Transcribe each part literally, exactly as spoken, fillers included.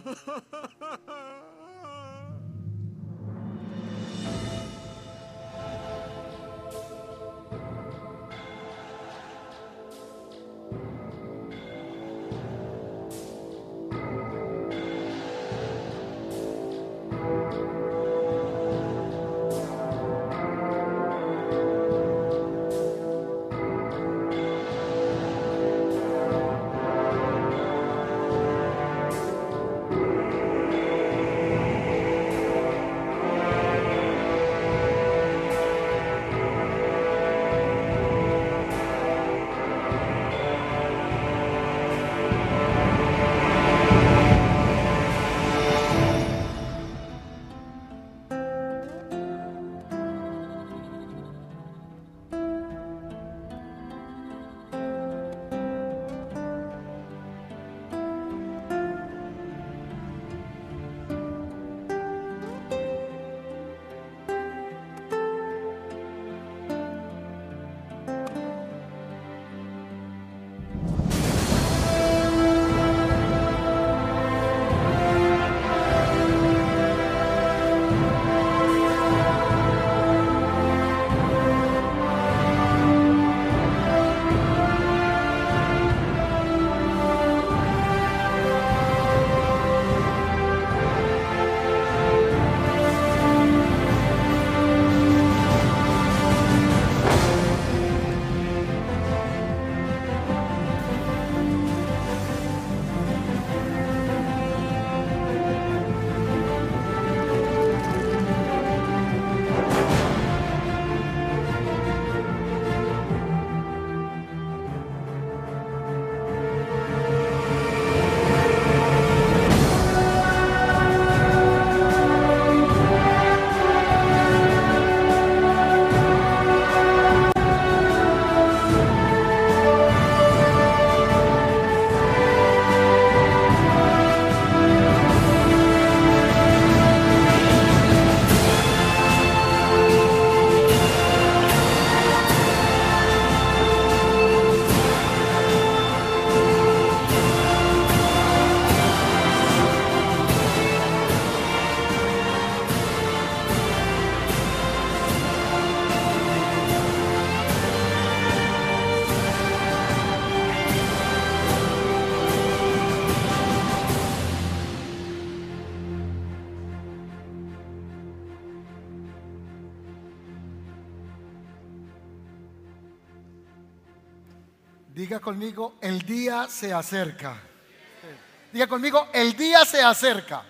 Diga conmigo, el día se acerca. Diga conmigo, el día se acerca.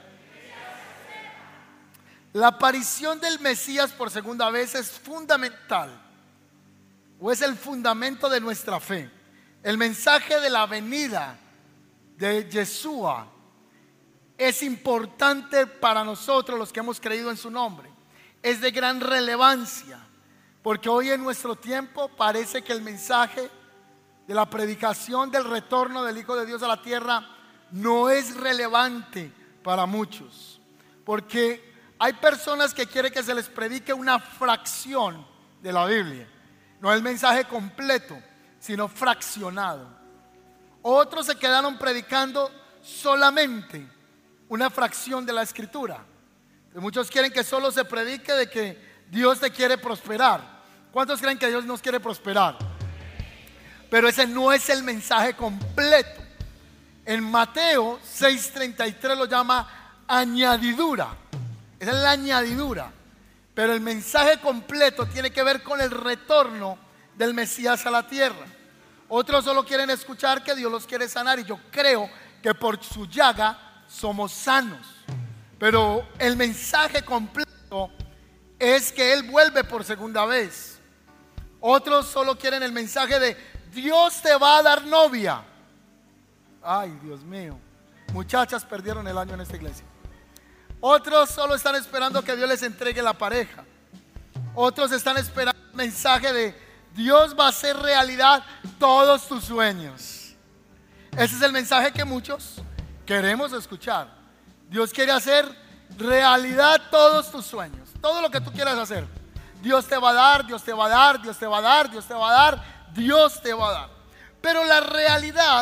La aparición del Mesías por segunda vez es fundamental, o es el fundamento de nuestra fe. El mensaje de la venida de Yeshua es importante para nosotros los que hemos creído en su nombre. Es de gran relevancia, porque hoy en nuestro tiempo parece que el mensaje de la predicación del retorno del Hijo de Dios a la tierra no es relevante para muchos, porque hay personas que quieren que se les predique una fracción de la Biblia, no el mensaje completo, sino fraccionado. Otros se quedaron predicando solamente una fracción de la Escritura. Muchos quieren que solo se predique de que Dios te quiere prosperar. ¿Cuántos creen que Dios nos quiere prosperar? Pero ese no es el mensaje completo. En Mateo seis treinta y tres lo llama añadidura. Esa es la añadidura. Pero el mensaje completo tiene que ver con el retorno del Mesías a la tierra. Otros solo quieren escuchar que Dios los quiere sanar, y yo creo que por su llaga somos sanos. Pero el mensaje completo es que Él vuelve por segunda vez. Otros solo quieren el mensaje de Dios te va a dar novia. Ay, Dios mío, muchachas perdieron el año en esta iglesia. Otros solo están esperando que Dios les entregue la pareja. Otros están esperando el mensaje de Dios va a hacer realidad todos tus sueños. Ese es el mensaje que muchos queremos escuchar. Dios quiere hacer realidad todos tus sueños, todo lo que tú quieras hacer. Dios te va a dar, Dios te va a dar, Dios te va a dar, Dios te va a dar, Dios te va a dar. Pero la realidad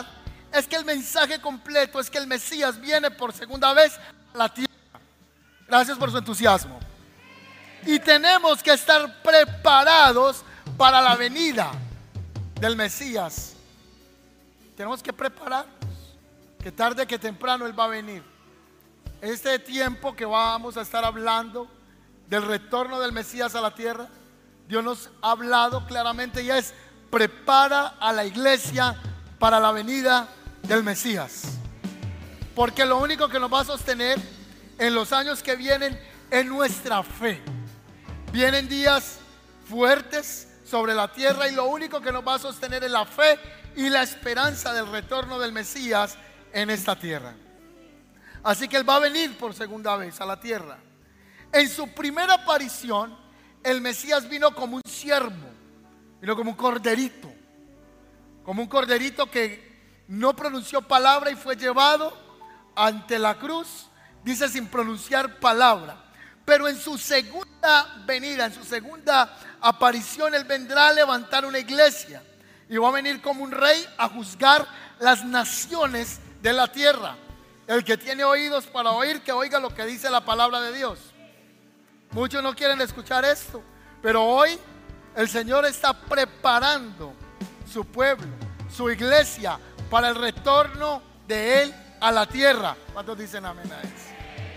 es que el mensaje completo es que el Mesías viene por segunda vez a la tierra. Gracias por su entusiasmo. Y tenemos que estar preparados para la venida del Mesías. Tenemos que prepararnos, que tarde que temprano Él va a venir. Este tiempo que vamos a estar hablando del retorno del Mesías a la tierra, Dios nos ha hablado claramente y es: prepara a la iglesia para la venida del Mesías. Porque lo único que nos va a sostener en los años que vienen es nuestra fe. Vienen días fuertes sobre la tierra y lo único que nos va a sostener es la fe y la esperanza del retorno del Mesías en esta tierra. Así que Él va a venir por segunda vez a la tierra. En su primera aparición, el Mesías vino como un siervo, vino como un corderito, como un corderito que no pronunció palabra y fue llevado ante la cruz, dice, sin pronunciar palabra. Pero en su segunda venida, en su segunda aparición, Él vendrá a levantar una iglesia y va a venir como un rey a juzgar las naciones de la tierra. El que tiene oídos para oír, que oiga lo que dice la palabra de Dios. Muchos no quieren escuchar esto, pero hoy el Señor está preparando su pueblo, su iglesia, para el retorno de Él a la tierra. ¿Cuántos dicen amén a eso?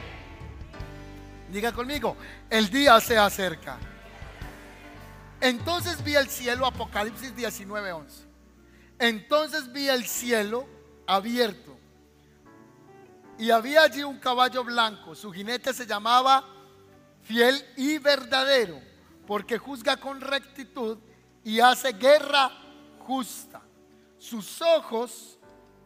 Diga conmigo: el día se acerca. Entonces vi el cielo, Apocalipsis diecinueve once. Entonces vi el cielo abierto y había allí un caballo blanco. Su jinete se llamaba Fiel y Verdadero, porque juzga con rectitud y hace guerra justa. Sus ojos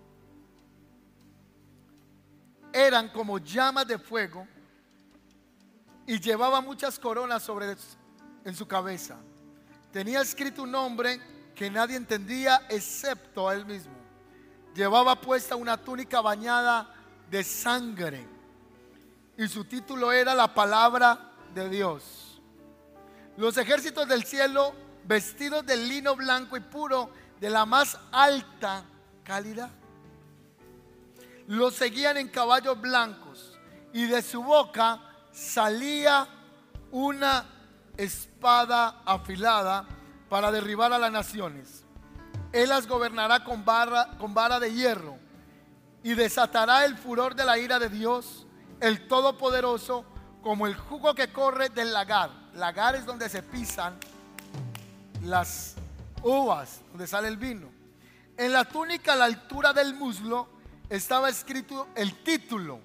eran como llamas de fuego y llevaba muchas coronas sobre en su cabeza. Tenía escrito un nombre que nadie entendía excepto a él mismo. Llevaba puesta una túnica bañada de sangre y su título era la palabra de Dios. Los ejércitos del cielo, vestidos de lino blanco y puro, de la más alta calidad, los seguían en caballos blancos y de su boca salía una espada afilada para derribar a las naciones. Él las gobernará con vara, con vara de hierro y desatará el furor de la ira de Dios, el Todopoderoso, como el jugo que corre del lagar. Lagar es donde se pisan las uvas, donde sale el vino. En la túnica a la altura del muslo estaba escrito el título.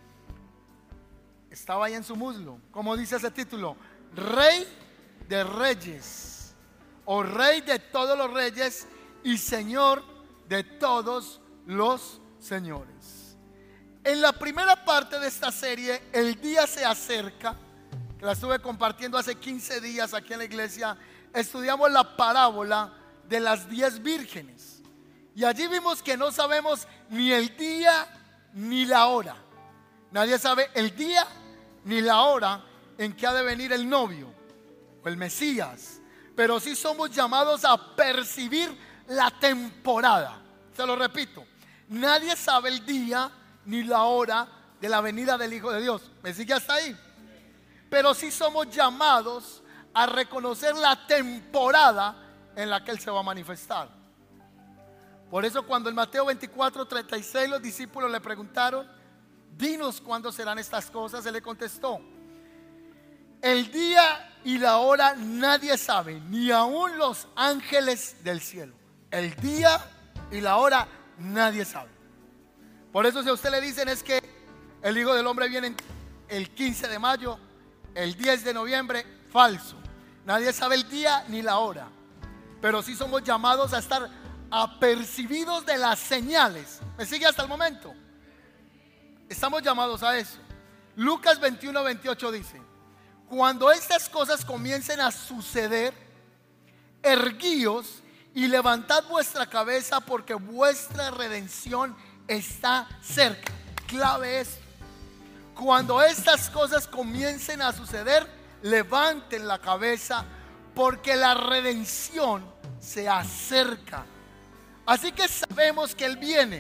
Estaba ahí en su muslo. ¿Cómo dice ese título? Rey de Reyes, o Rey de todos los reyes y Señor de todos los señores. En la primera parte de esta serie, El día se acerca, que la estuve compartiendo hace quince días aquí en la iglesia, estudiamos la parábola de las diez vírgenes. Y allí vimos que no sabemos ni el día ni la hora. Nadie sabe el día ni la hora en que ha de venir el novio o el Mesías. Pero sí somos llamados a percibir la temporada. Se lo repito: nadie sabe el día ni la hora de la venida del Hijo de Dios. ¿Me sigue hasta ahí? Pero sí somos llamados a reconocer la temporada en la que Él se va a manifestar. Por eso cuando en Mateo veinticuatro treinta y seis los discípulos le preguntaron: dinos cuándo serán estas cosas, Él le contestó: el día y la hora nadie sabe, ni aun los ángeles del cielo. El día y la hora nadie sabe. Por eso si a usted le dicen es que el Hijo del Hombre viene el quince de mayo, el diez de noviembre, falso. Nadie sabe el día ni la hora. Pero sí somos llamados a estar apercibidos de las señales. ¿Me sigue hasta el momento? Estamos llamados a eso. Lucas veintiuno veintiocho dice: cuando estas cosas comiencen a suceder, erguíos y levantad vuestra cabeza, porque vuestra redención está cerca. Clave es: cuando estas cosas comiencen a suceder, levanten la cabeza, porque la redención se acerca. Así que sabemos que Él viene.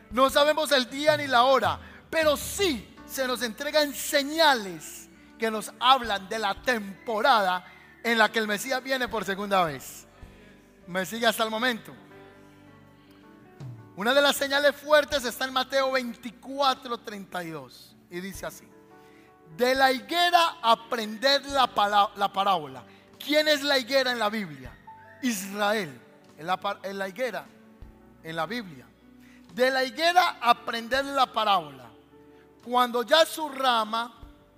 No sabemos el día ni la hora, pero sí se nos entregan señales que nos hablan de la temporada en la que el Mesías viene por segunda vez. ¿Me sigue hasta el momento? Una de las señales fuertes está en Mateo veinticuatro, treinta y dos, y dice así: de la higuera aprended la, palá- la parábola. ¿Quién es la higuera en la Biblia? Israel. En la, en la higuera en la Biblia. De la higuera aprended la parábola. Cuando ya su rama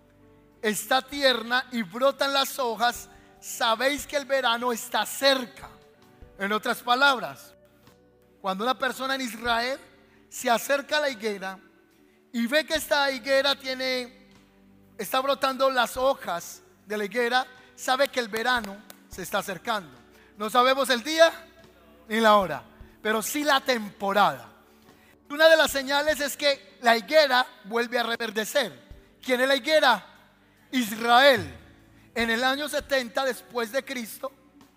está tierna y brotan las hojas, sabéis que el verano está cerca. En otras palabras, cuando una persona en Israel se acerca a la higuera y ve que esta higuera tiene, está brotando las hojas de la higuera, sabe que el verano se está acercando. No sabemos el día ni la hora, pero sí la temporada. Una de las señales es que la higuera vuelve a reverdecer. ¿Quién es la higuera? Israel. En el año setenta después de Cristo,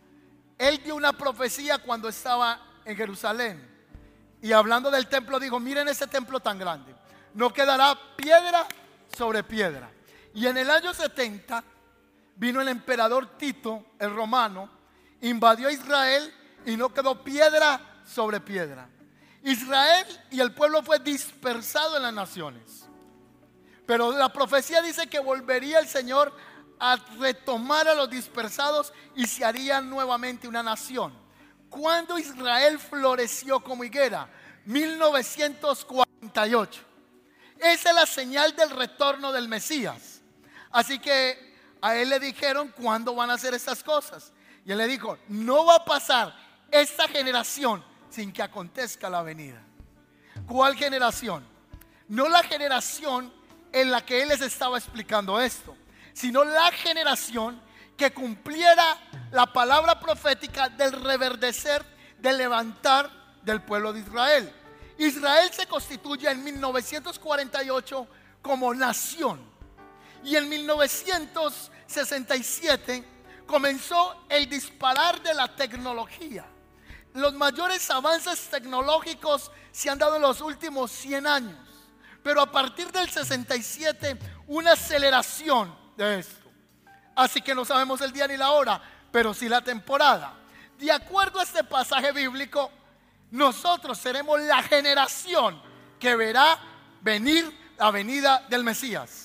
él dio una profecía cuando estaba en Jerusalén, y hablando del templo dijo: miren ese templo tan grande, no quedará piedra sobre piedra. Y en el año setenta vino el emperador Tito, el romano, invadió Israel y no quedó piedra sobre piedra. Israel y el pueblo fue dispersado en las naciones. Pero la profecía dice que volvería el Señor a retomar a los dispersados y se haría nuevamente una nación. ¿Cuándo Israel floreció como higuera? mil novecientos cuarenta y ocho. Esa es la señal del retorno del Mesías. Así que a él le dijeron: ¿cuándo van a hacer estas cosas? Y él le dijo: no va a pasar esta generación sin que acontezca la venida. ¿Cuál generación? No la generación en la que él les estaba explicando esto, sino la generación que cumpliera la palabra profética del reverdecer, del levantar del pueblo de Israel. Israel se constituye en mil novecientos cuarenta y ocho como nación, y en mil novecientos sesenta y siete comenzó el disparar de la tecnología. Los mayores avances tecnológicos se han dado en los últimos cien años, pero a partir del sesenta y siete una aceleración de esto. Así que no sabemos el día ni la hora, pero sí la temporada. De acuerdo a este pasaje bíblico, nosotros seremos la generación que verá venir la venida del Mesías.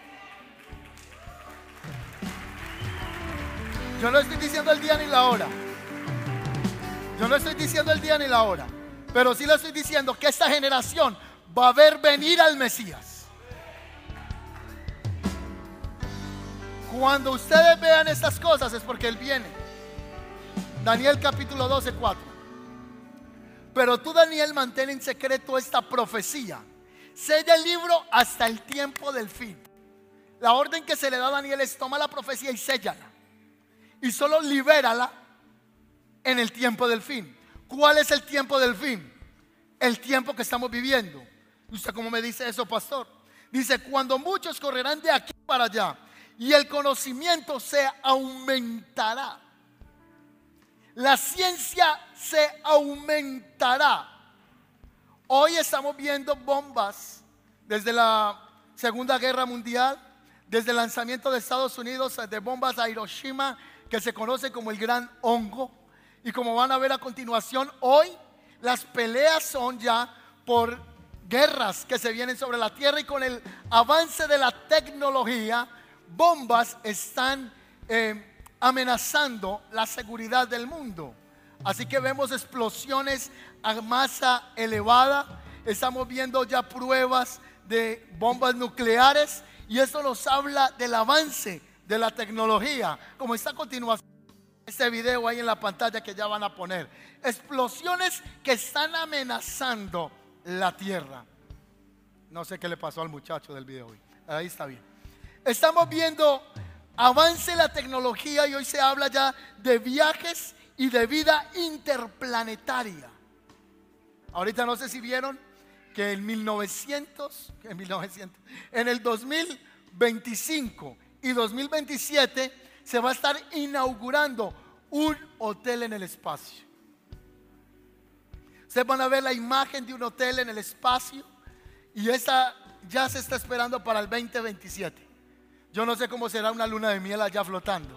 Yo no estoy diciendo el día ni la hora. Yo no estoy diciendo el día ni la hora, pero sí le estoy diciendo que esta generación va a ver venir al Mesías. Cuando ustedes vean estas cosas es porque Él viene. Daniel capítulo doce, cuatro. Pero tú, Daniel, mantén en secreto esta profecía. Sella el libro hasta el tiempo del fin. La orden que se le da a Daniel es: toma la profecía y séllala, y solo libérala en el tiempo del fin. ¿Cuál es el tiempo del fin? El tiempo que estamos viviendo. ¿Usted cómo me dice eso, pastor? Dice: cuando muchos correrán de aquí para allá y el conocimiento se aumentará. La ciencia se aumentará. Hoy estamos viendo bombas desde la Segunda Guerra Mundial, desde el lanzamiento de Estados Unidos de bombas a Hiroshima, que se conoce como el Gran Hongo. Y como van a ver a continuación, hoy las peleas son ya por guerras que se vienen sobre la tierra, y con el avance de la tecnología, bombas están eh, amenazando la seguridad del mundo. Así que vemos explosiones a masa elevada, estamos viendo ya pruebas de bombas nucleares, y esto nos habla del avance de la tecnología, como está a continuación este video ahí en la pantalla que ya van a poner. Explosiones que están amenazando la tierra. No sé qué le pasó al muchacho del video hoy. Ahí está bien. Estamos viendo avance en la tecnología, y hoy se habla ya de viajes y de vida interplanetaria. Ahorita no sé si vieron que en mil novecientos, en mil novecientos, en el dos mil veinticinco y dos mil veintisiete se va a estar inaugurando un hotel en el espacio. Ustedes van a ver la imagen de un hotel en el espacio y esa ya se está esperando para el veinte veintisiete. Yo no sé cómo será una luna de miel allá flotando.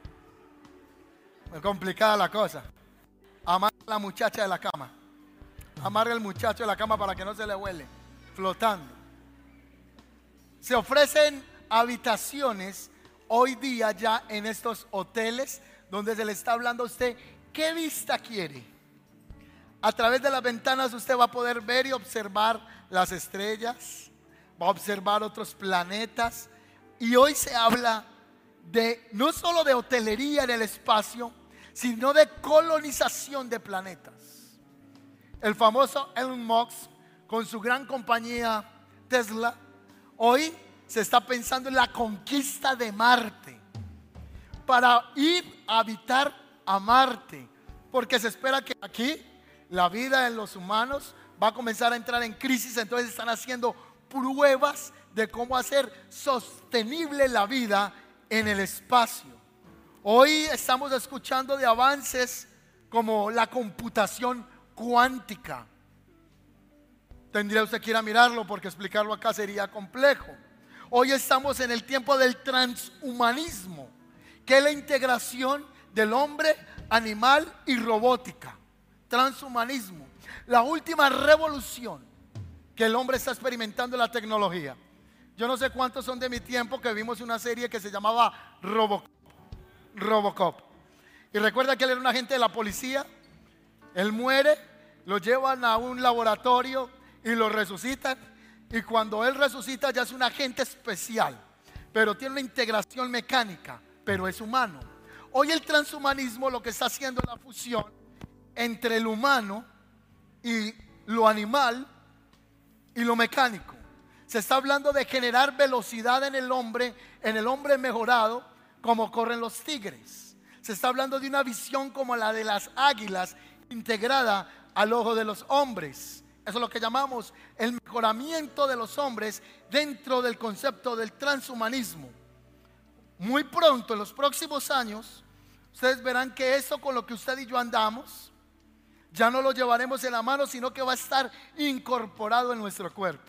Es complicada la cosa. Amarra a la muchacha de la cama. Amarra al muchacho de la cama para que no se le huele. Flotando. Se ofrecen habitaciones hoy día ya en estos hoteles donde se le está hablando a usted qué vista quiere. A través de las ventanas usted va a poder ver y observar las estrellas, va a observar otros planetas. Y hoy se habla de no solo de hotelería en el espacio, sino de colonización de planetas. El famoso Elon Musk con su gran compañía Tesla, hoy se está pensando en la conquista de Marte para ir a habitar a Marte, porque se espera que aquí la vida de los humanos va a comenzar a entrar en crisis. Entonces están haciendo pruebas de cómo hacer sostenible la vida en el espacio. Hoy estamos escuchando de avances como la computación cuántica. Tendría usted que ir a mirarlo porque explicarlo acá sería complejo. Hoy estamos en el tiempo del transhumanismo, que es la integración del hombre, animal y robótica. Transhumanismo, la última revolución que el hombre está experimentando en la tecnología. Yo no sé cuántos son de mi tiempo que vimos una serie que se llamaba Robocop. Robocop. Y recuerda que él era un agente de la policía. Él muere, lo llevan a un laboratorio y lo resucitan. Y cuando él resucita ya es un agente especial, pero tiene una integración mecánica, pero es humano. Hoy el transhumanismo lo que está haciendo es la fusión entre el humano y lo animal y lo mecánico. Se está hablando de generar velocidad en el hombre, en el hombre mejorado, como corren los tigres. Se está hablando de una visión como la de las águilas, integrada al ojo de los hombres. Eso es lo que llamamos el mejoramiento de los hombres dentro del concepto del transhumanismo. Muy pronto, en los próximos años, ustedes verán que eso con lo que usted y yo andamos, ya no lo llevaremos en la mano, sino que va a estar incorporado en nuestro cuerpo.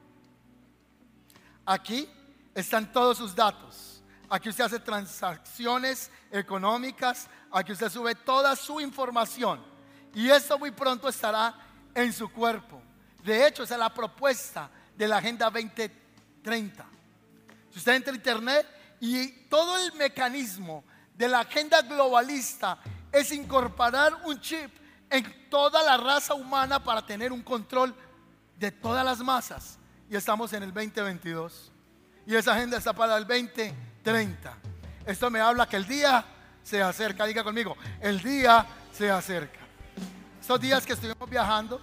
Aquí están todos sus datos. Aquí usted hace transacciones económicas. Aquí usted sube toda su información. Y esto muy pronto estará en su cuerpo. De hecho, esa es la propuesta de la Agenda veinte treinta. Si usted entra a internet, y todo el mecanismo de la agenda globalista es incorporar un chip en toda la raza humana para tener un control de todas las masas. Y estamos en el veinte veintidós y esa agenda está para el veinte treinta. Esto me habla que el día se acerca. Diga conmigo, el día se acerca. Estos días que estuvimos viajando,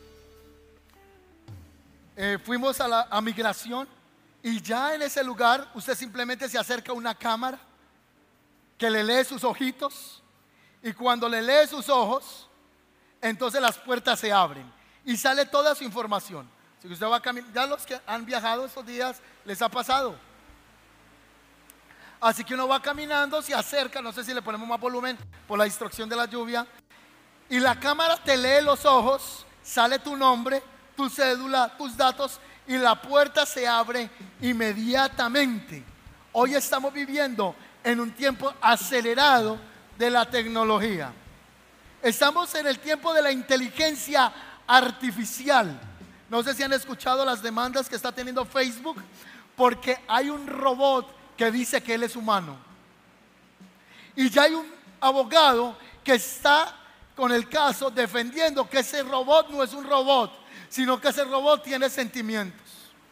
eh, fuimos a la a migración, y ya en ese lugar usted simplemente se acerca a una cámara que le lee sus ojitos, y cuando le lee sus ojos, entonces las puertas se abren y sale toda su información. Si usted va a caminar, ya los que han viajado estos días les ha pasado. Así que uno va caminando, se acerca, no sé si le ponemos más volumen por la distracción de la lluvia, y la cámara te lee los ojos, sale tu nombre, tu cédula, tus datos, y la puerta se abre inmediatamente. Hoy estamos viviendo en un tiempo acelerado de la tecnología. Estamos en el tiempo de la inteligencia artificial. No sé si han escuchado las demandas que está teniendo Facebook, porque hay un robot que dice que él es humano. Y ya hay un abogado que está con el caso defendiendo que ese robot no es un robot, sino que ese robot tiene sentimientos.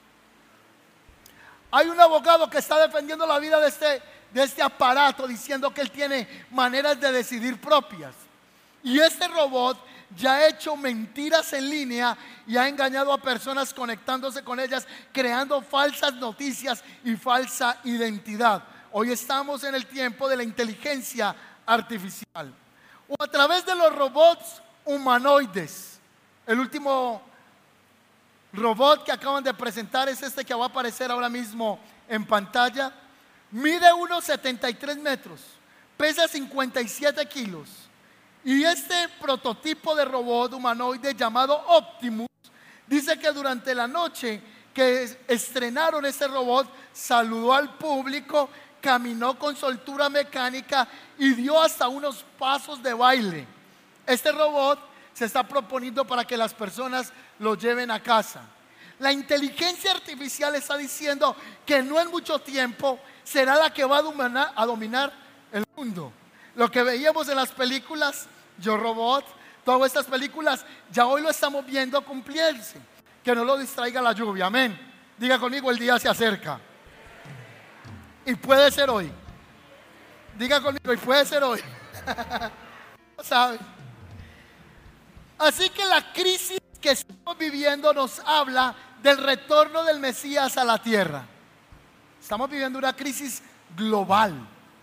Hay un abogado que está defendiendo la vida de este, de este aparato, diciendo que él tiene maneras de decidir propias. Y este robot ya ha hecho mentiras en línea y ha engañado a personas conectándose con ellas, creando falsas noticias y falsa identidad. Hoy estamos en el tiempo de la inteligencia artificial, o a través de los robots humanoides. El último robot que acaban de presentar es este que va a aparecer ahora mismo en pantalla. Mide uno setenta y tres metros, pesa cincuenta y siete kilos Y este prototipo de robot humanoide llamado Optimus dice que durante la noche que estrenaron este robot, saludó al público, caminó con soltura mecánica y dio hasta unos pasos de baile. Este robot se está proponiendo para que las personas lo lleven a casa. La inteligencia artificial está diciendo que no en mucho tiempo será la que va a dominar, a dominar el mundo. Lo que veíamos en las películas, Yo Robot, todas estas películas, ya hoy lo estamos viendo cumplirse. Que no lo distraiga la lluvia, amén. Diga conmigo, el día se acerca. Y puede ser hoy. Diga conmigo, y puede ser hoy. No sabe. Así que la crisis que estamos viviendo nos habla del retorno del Mesías a la tierra. Estamos viviendo una crisis global.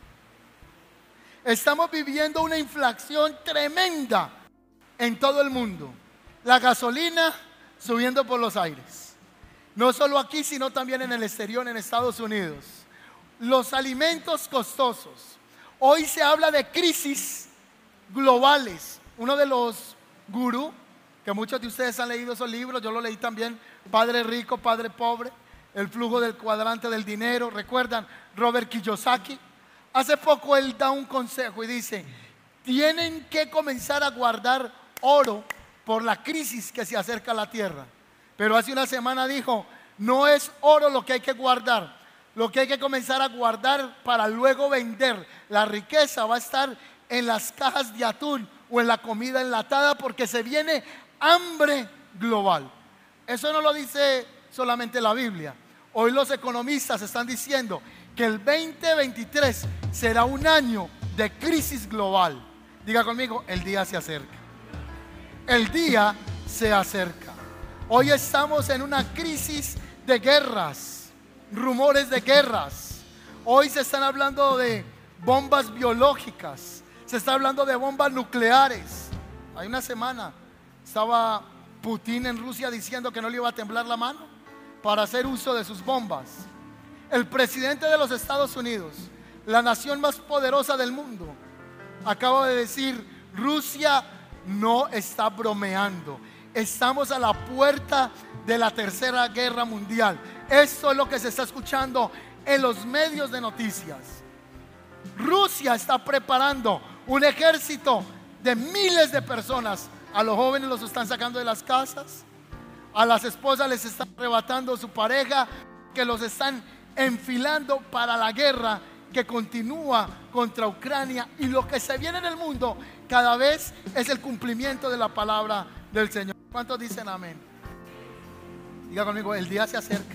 Estamos viviendo una inflación tremenda en todo el mundo. La gasolina subiendo por los aires. No solo aquí, sino también en el exterior, en Estados Unidos. Los alimentos costosos. Hoy se habla de crisis globales. Uno de los gurú, que muchos de ustedes han leído esos libros, yo lo leí también, Padre Rico, Padre Pobre, El flujo del cuadrante del dinero. ¿Recuerdan? Robert Kiyosaki. Hace poco él da un consejo y dice: tienen que comenzar a guardar oro por la crisis que se acerca a la tierra. Pero hace una semana dijo: no es oro lo que hay que guardar, lo que hay que comenzar a guardar para luego vender. La riqueza va a estar en las cajas de atún o en la comida enlatada, porque se viene hambre global. Eso no lo dice solamente la Biblia. Hoy los economistas están diciendo que el veinte veintitrés será un año de crisis global. Diga conmigo, el día se acerca. El día se acerca. Hoy estamos en una crisis de guerras, rumores de guerras. Hoy se están hablando de bombas biológicas, se está hablando de bombas nucleares. Hay una semana estaba Putin en Rusia diciendo que no le iba a temblar la mano para hacer uso de sus bombas. El presidente de los Estados Unidos, la nación más poderosa del mundo, acaba de decir: Rusia no está bromeando. Estamos a la puerta de la tercera guerra mundial. Esto es lo que se está escuchando en los medios de noticias. Rusia está preparando un ejército de miles de personas. A los jóvenes los están sacando de las casas. A las esposas les están arrebatando su pareja, que los están enfilando para la guerra que continúa contra Ucrania. Y lo que se viene en el mundo cada vez es el cumplimiento de la palabra del Señor. ¿Cuántos dicen amén? Diga conmigo, el día se acerca.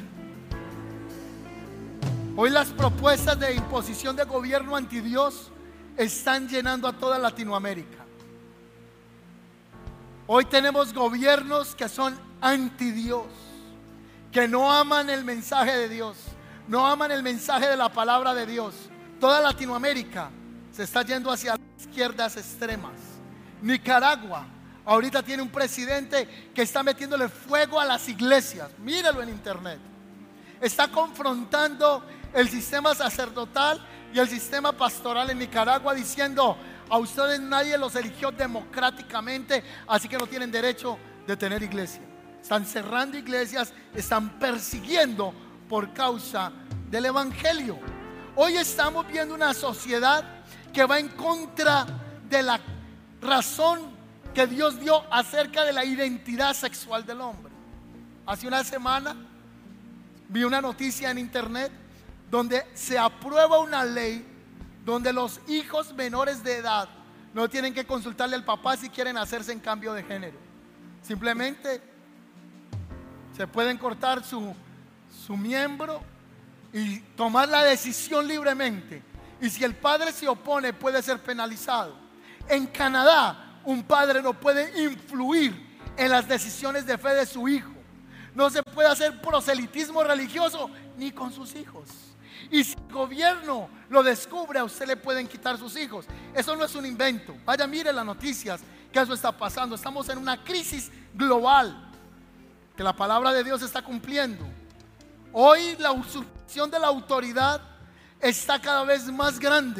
Hoy las propuestas de imposición de gobierno anti Dios están llenando a toda Latinoamérica. Hoy tenemos gobiernos que son anti Dios, que no aman el mensaje de Dios, no aman el mensaje de la palabra de Dios. Toda Latinoamérica se está yendo hacia las izquierdas extremas. Nicaragua ahorita tiene un presidente que está metiéndole fuego a las iglesias. Míralo en internet. Está confrontando el sistema sacerdotal y el sistema pastoral en Nicaragua, diciendo: a ustedes nadie los eligió democráticamente, así que no tienen derecho de tener iglesia. Están cerrando iglesias, están persiguiendo por causa del evangelio. Hoy estamos viendo una sociedad que va en contra de la razón que Dios dio acerca de la identidad sexual del hombre. Hace una semana vi una noticia en internet donde se aprueba una ley donde los hijos menores de edad no tienen que consultarle al papá si quieren hacerse en cambio de género. Simplemente se pueden cortar su, su miembro y tomar la decisión libremente. Y si el padre se opone, puede ser penalizado. En Canadá, un padre no puede influir en las decisiones de fe de su hijo. No se puede hacer proselitismo religioso ni con sus hijos. Y si el gobierno lo descubre, a usted le pueden quitar sus hijos. Eso no es un invento. Vaya, mire las noticias, que eso está pasando. Estamos en una crisis global que la palabra de Dios está cumpliendo. Hoy la usurpación de la autoridad está cada vez más grande.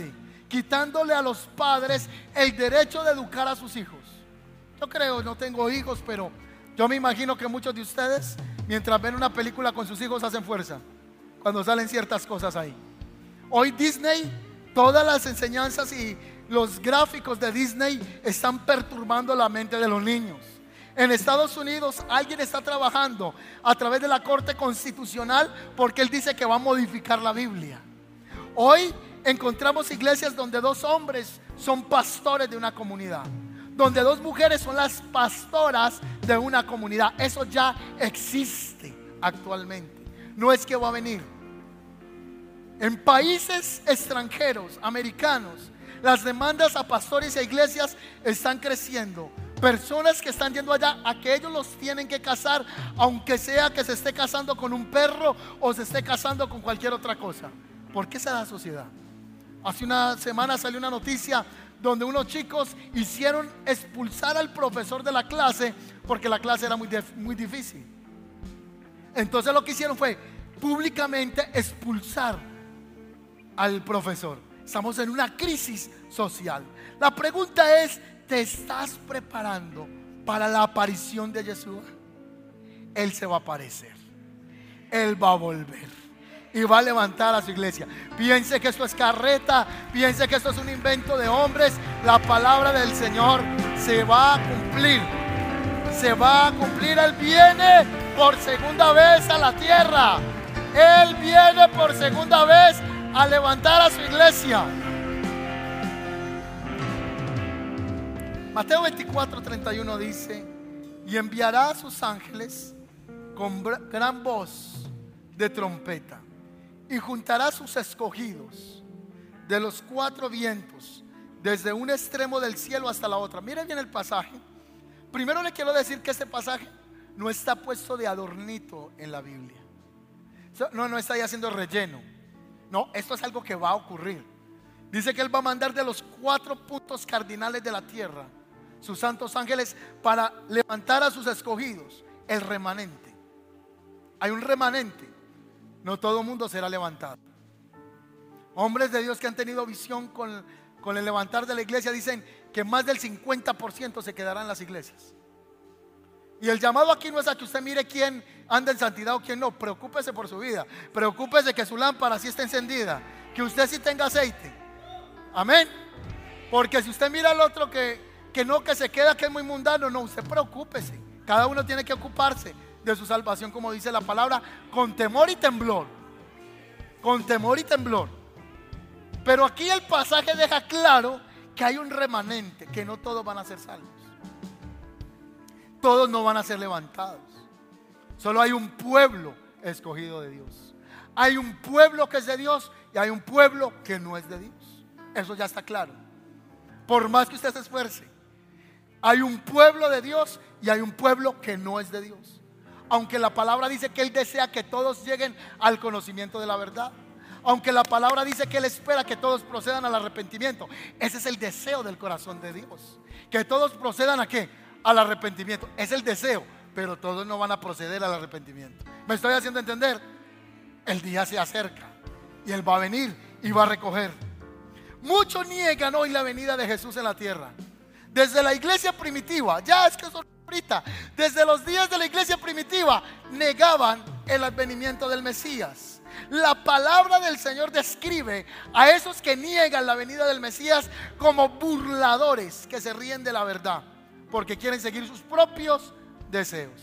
quitándole a los padres el derecho de educar a sus hijos. Yo creo, no tengo hijos, pero yo me imagino que muchos de ustedes, mientras ven una película con sus hijos, hacen fuerza cuando salen ciertas cosas ahí. Hoy Disney, todas las enseñanzas y los gráficos de Disney están perturbando la mente de los niños. En Estados Unidos alguien está trabajando a través de la Corte Constitucional porque él dice que va a modificar la Biblia. Hoy encontramos iglesias donde dos hombres son pastores de una comunidad, donde dos mujeres son las pastoras de una comunidad. Eso ya existe actualmente, no es que va a venir. En países extranjeros, americanos, las demandas a pastores e iglesias están creciendo. Personas que están yendo allá a que ellos los tienen que casar, aunque sea que se esté casando con un perro o se esté casando con cualquier otra cosa. ¿Por qué se da sociedad? Hace una semana salió una noticia donde unos chicos hicieron expulsar al profesor de la clase porque la clase era muy, muy difícil. Entonces lo que hicieron fue públicamente expulsar al profesor. Estamos en una crisis social. La pregunta es, ¿te estás preparando para la aparición de Jesús? Él se va a aparecer, Él va a volver y va a levantar a su iglesia. Piense que esto es carreta, piense que esto es un invento de hombres. La palabra del Señor se va a cumplir, se va a cumplir. Él viene por segunda vez a la tierra. Él viene por segunda vez a levantar a su iglesia. Mateo veinticuatro, treinta y uno dice: y enviará a sus ángeles con gran voz de trompeta, y juntará a sus escogidos de los cuatro vientos, desde un extremo del cielo hasta la otra. Miren bien el pasaje. Primero le quiero decir que este pasaje no está puesto de adornito en la Biblia. No, no está ahí haciendo relleno. No, esto es algo que va a ocurrir. Dice que Él va a mandar de los cuatro puntos cardinales de la tierra sus santos ángeles para levantar a sus escogidos, el remanente. Hay un remanente. No todo el mundo será levantado. Hombres de Dios que han tenido visión con, con el levantar de la iglesia dicen que más del cincuenta por ciento se quedará en las iglesias. Y el llamado aquí no es a que usted mire quién anda en santidad o quién no. Preocúpese por su vida, preocúpese que su lámpara sí esté encendida, que usted sí tenga aceite. Amén. Porque si usted mira al otro que, que no, que se queda, que es muy mundano, no, usted preocúpese. Cada uno tiene que ocuparse de su salvación, como dice la palabra, con temor y temblor. Con temor y temblor. Pero aquí el pasaje deja claro que hay un remanente, que no todos van a ser salvos. Todos no van a ser levantados. Solo hay un pueblo escogido de Dios. Hay un pueblo que es de Dios y hay un pueblo que no es de Dios. Eso ya está claro. Por más que usted se esfuerce, hay un pueblo de Dios y hay un pueblo que no es de Dios. Aunque la palabra dice que Él desea que todos lleguen al conocimiento de la verdad. Aunque la palabra dice que Él espera que todos procedan al arrepentimiento. Ese es el deseo del corazón de Dios. Que todos procedan ¿a qué? Al arrepentimiento. Es el deseo, pero todos no van a proceder al arrepentimiento. ¿Me estoy haciendo entender? El día se acerca y Él va a venir y va a recoger. Muchos niegan hoy la venida de Jesús en la tierra. Desde la iglesia primitiva, ya es que son ahorita, desde los días de la iglesia primitiva, negaban el advenimiento del Mesías. La palabra del Señor describe a esos que niegan la venida del Mesías como burladores que se ríen de la verdad, porque quieren seguir sus propios deseos.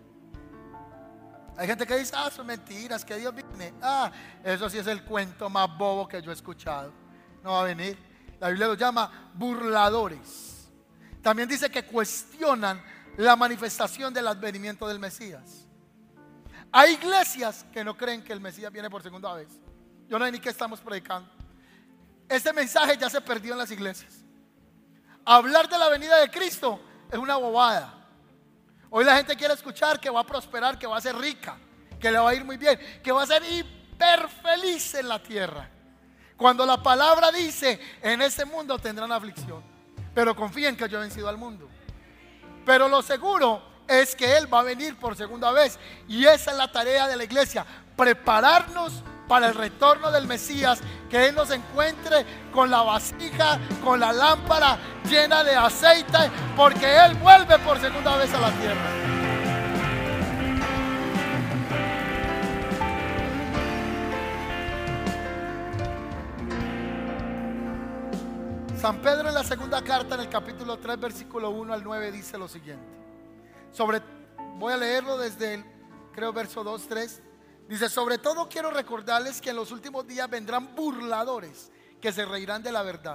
Hay gente que dice: ah, son mentiras, que Dios viene. Ah, eso sí es el cuento más bobo que yo he escuchado. No va a venir. La Biblia los llama burladores. También dice que cuestionan la manifestación del advenimiento del Mesías. Hay iglesias que no creen que el Mesías viene por segunda vez. Yo no sé ni qué estamos predicando. Este mensaje ya se perdió en las iglesias. Hablar de la venida de Cristo es una bobada. Hoy la gente quiere escuchar que va a prosperar, que va a ser rica, que le va a ir muy bien, que va a ser hiper feliz en la tierra. Cuando la palabra dice: en este mundo tendrán aflicción, pero confíen que yo he vencido al mundo. Pero lo seguro es que Él va a venir por segunda vez, y esa es la tarea de la iglesia: prepararnos para el retorno del Mesías, que Él nos encuentre con la vasija, con la lámpara llena de aceite, porque Él vuelve por segunda vez a la tierra. San Pedro en la segunda carta, en el capítulo tres, versículo uno al nueve, dice lo siguiente. Sobre, voy a leerlo desde el, creo, verso dos, tres. Dice: sobre todo quiero recordarles que en los últimos días vendrán burladores que se reirán de la verdad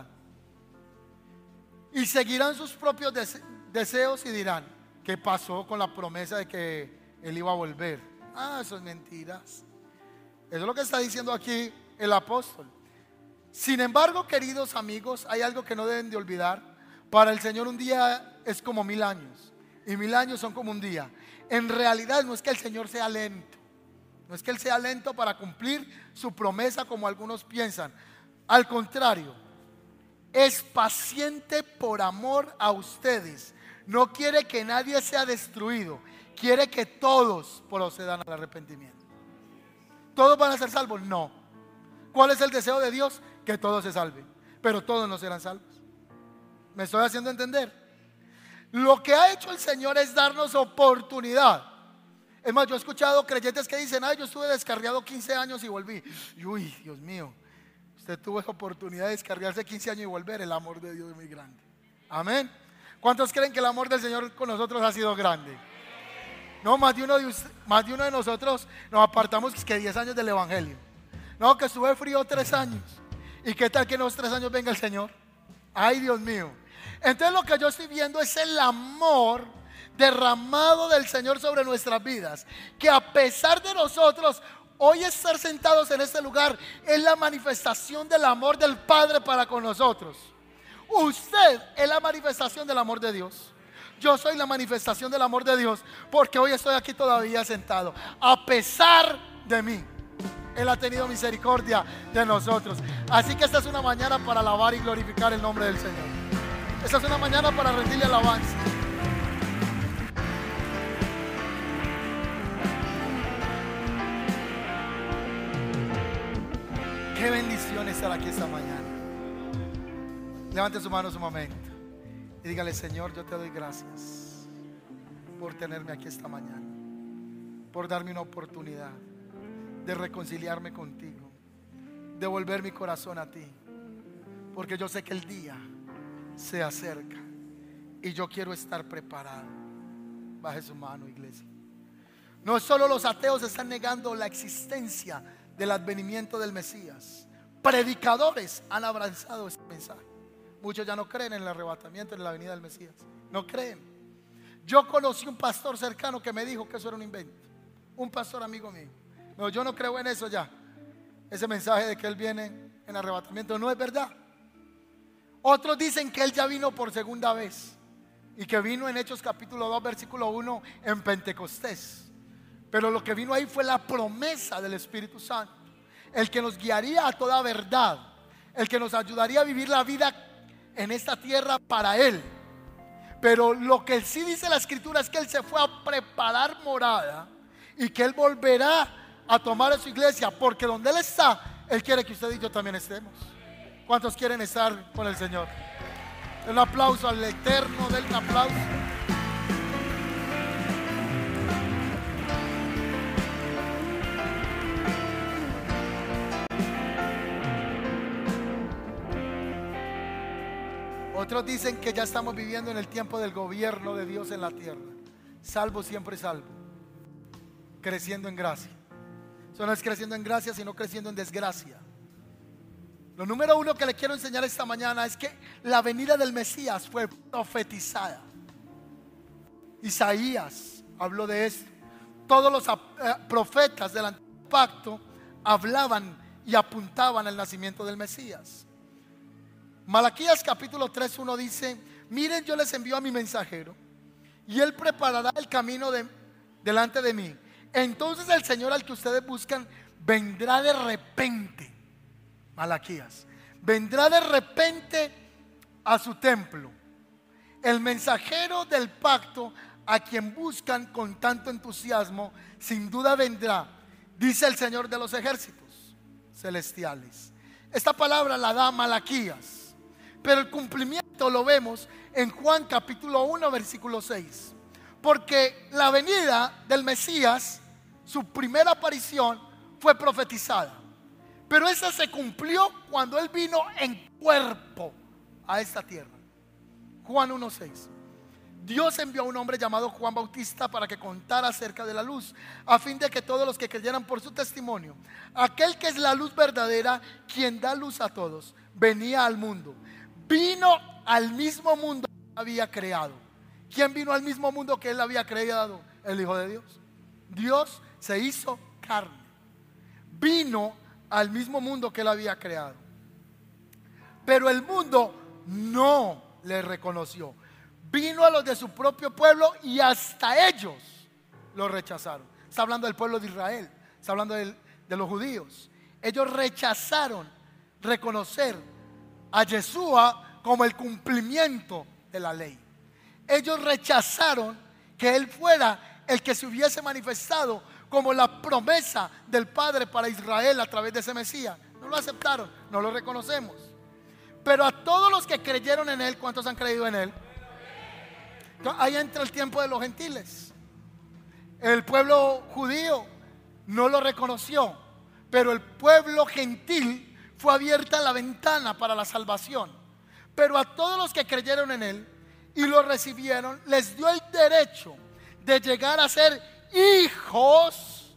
y seguirán sus propios dese- deseos y dirán: ¿qué pasó con la promesa de que Él iba a volver? Ah, eso es mentiras. Eso es lo que está diciendo aquí el apóstol. Sin embargo, queridos amigos, hay algo que no deben de olvidar. Para el Señor un día es como mil años, y mil años son como un día. En realidad no es que el Señor sea lento, no es que Él sea lento para cumplir su promesa como algunos piensan. Al contrario, es paciente por amor a ustedes. No quiere que nadie sea destruido, quiere que todos procedan al arrepentimiento. ¿Todos van a ser salvos? No. ¿Cuál es el deseo de Dios? Que todos se salven, pero todos no serán salvos. ¿Me estoy haciendo entender? Lo que ha hecho el Señor es darnos oportunidad. Es más, yo he escuchado creyentes que dicen: ay, yo estuve descarriado quince años y volví. Y, uy, Dios mío, usted tuvo esa oportunidad de descargarse quince años y volver. El amor de Dios es muy grande. Amén. ¿Cuántos creen que el amor del Señor con nosotros ha sido grande? No, más de uno de, usted, más de, uno de nosotros nos apartamos que diez años del Evangelio. No, que estuve frío tres años. ¿Y qué tal que en los tres años venga el Señor? Ay, Dios mío. Entonces lo que yo estoy viendo es el amor derramado del Señor sobre nuestras vidas, que a pesar de nosotros hoy estar sentados en este lugar, es la manifestación del amor del Padre para con nosotros. Usted es la manifestación del amor de Dios. Yo soy la manifestación del amor de Dios, porque hoy estoy aquí todavía sentado, a pesar de mí. Él ha tenido misericordia de nosotros. Así que esta es una mañana para alabar y glorificar el nombre del Señor. Esta es una mañana para rendirle alabanza. Qué bendición estar aquí esta mañana. Levante sus manos un momento y dígale: Señor, yo te doy gracias por tenerme aquí esta mañana, por darme una oportunidad de reconciliarme contigo, de volver mi corazón a ti, porque yo sé que el día se acerca y yo quiero estar preparado. Baje su mano, iglesia. No solo los ateos están negando la existencia del advenimiento del Mesías, predicadores han abrazado este mensaje. Muchos ya no creen en el arrebatamiento, en la venida del Mesías. No creen. Yo conocí un pastor cercano que me dijo que eso era un invento. Un pastor amigo mío. No, yo no creo en eso ya. Ese mensaje de que Él viene en arrebatamiento no es verdad. Otros dicen que Él ya vino por segunda vez y que vino en Hechos capítulo dos versículo uno en Pentecostés. Pero lo que vino ahí fue la promesa del Espíritu Santo, el que nos guiaría a toda verdad, el que nos ayudaría a vivir la vida en esta tierra para Él. Pero lo que sí dice la Escritura es que Él se fue a preparar morada y que Él volverá a tomar a su iglesia, porque donde Él está, Él quiere que usted y yo también estemos. ¿Cuántos quieren estar con el Señor? Un aplauso al Eterno, denle un aplauso. Otros dicen que ya estamos viviendo en el tiempo del gobierno de Dios en la tierra. Salvo siempre salvo, creciendo en gracia. Eso no es creciendo en gracia, sino creciendo en desgracia. Lo número uno que le quiero enseñar esta mañana es que la venida del Mesías fue profetizada. Isaías habló de esto. Todos los eh, profetas del antiguo pacto hablaban y apuntaban al nacimiento del Mesías. Malaquías capítulo tres uno dice: miren, yo les envío a mi mensajero y él preparará el camino de, delante de mí. Entonces el Señor al que ustedes buscan vendrá de repente. Malaquías, vendrá de repente a su templo. El mensajero del pacto a quien buscan con tanto entusiasmo, sin duda vendrá, dice el Señor de los ejércitos. celestiales. Esta palabra la da Malaquías, pero el cumplimiento lo vemos en Juan capítulo uno versículo seis. Porque la venida del Mesías, su primera aparición, fue profetizada, pero esa se cumplió cuando Él vino en cuerpo a esta tierra. Juan uno seis. Dios envió a un hombre llamado Juan Bautista para que contara acerca de la luz, a fin de que todos los que creyeran por su testimonio, aquel que es la luz verdadera, quien da luz a todos, venía al mundo. Vino al mismo mundo que había creado. ¿Quién vino al mismo mundo que Él había creado? El Hijo de Dios. Dios se hizo carne. Vino al mismo mundo que Él había creado. Pero el mundo no le reconoció. Vino a los de su propio pueblo y hasta ellos lo rechazaron. Está hablando del pueblo de Israel, está hablando de, de los judíos. Ellos rechazaron reconocer a Yeshua como el cumplimiento de la ley. Ellos rechazaron que Él fuera el que se hubiese manifestado como la promesa del Padre para Israel a través de ese Mesías. No lo aceptaron, no lo reconocemos. Pero a todos los que creyeron en Él, ¿cuántos han creído en Él? Ahí entra el tiempo de los gentiles. El pueblo judío no lo reconoció, pero el pueblo gentil fue abierta la ventana para la salvación. Pero a todos los que creyeron en Él y lo recibieron, les dio el derecho de llegar a ser hijos,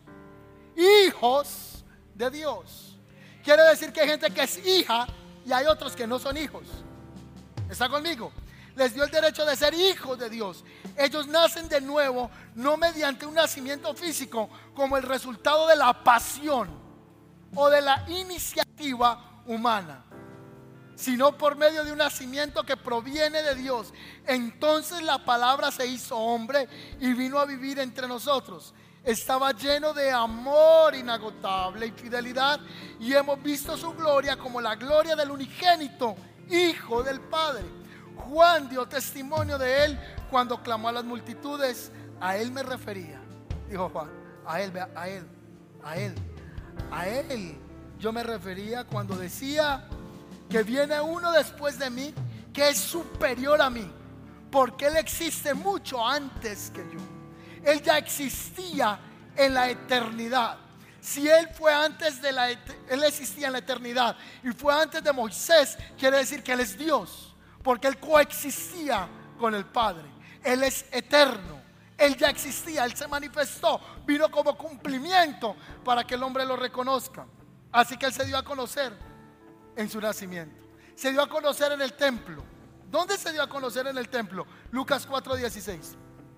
hijos de Dios. Quiere decir que hay gente que es hija y hay otros que no son hijos. ¿Está conmigo? Les dio el derecho de ser hijos de Dios. Ellos nacen de nuevo, no mediante un nacimiento físico como el resultado de la pasión o de la iniciativa humana, sino por medio de un nacimiento que proviene de Dios. Entonces la palabra se hizo hombre y vino a vivir entre nosotros. Estaba lleno de amor inagotable y fidelidad, y hemos visto su gloria como la gloria del unigénito Hijo del Padre. Juan dio testimonio de Él cuando clamó a las multitudes. A Él me refería, dijo Juan. A Él, a Él, a Él, a Él yo me refería cuando decía que viene uno después de mí que es superior a mí, porque Él existe mucho antes que yo. Él ya existía en la eternidad. Si Él fue antes de la Él existía en la eternidad y fue antes de Moisés, quiere decir que Él es Dios, porque Él coexistía con el Padre. Él es eterno. Él ya existía, Él se manifestó, vino como cumplimiento para que el hombre lo reconozca. Así que Él se dio a conocer en su nacimiento. Se dio a conocer en el templo. ¿Dónde se dio a conocer en el templo? Lucas cuatro dieciséis.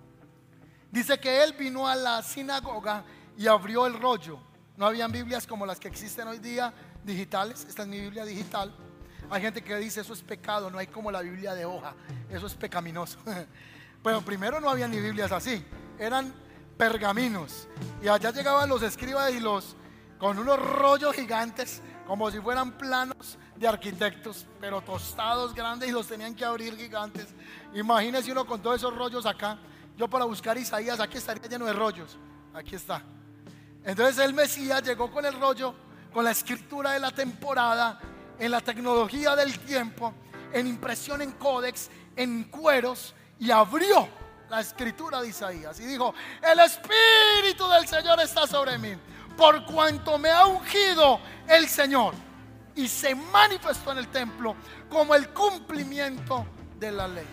Dice que Él vino a la sinagoga y abrió el rollo. No habían Biblias como las que existen hoy día, digitales. Esta es mi Biblia digital. Hay gente que dice eso es pecado, no hay como la Biblia de hoja, eso es pecaminoso. Pero primero no había ni Biblias así, eran pergaminos. Y allá llegaban los escribas y los con unos rollos gigantes, como si fueran planos de arquitectos, pero tostados grandes, y los tenían que abrir gigantes. Imagínese uno con todos esos rollos acá. Yo para buscar Isaías, aquí estaría lleno de rollos. Aquí está. Entonces el Mesías llegó con el rollo, con la escritura de la temporada, en la tecnología del tiempo, en impresión en códex, en cueros, y abrió la escritura de Isaías y dijo: el Espíritu del Señor está sobre mí, por cuanto me ha ungido el Señor. Y se manifestó en el templo como el cumplimiento de la ley.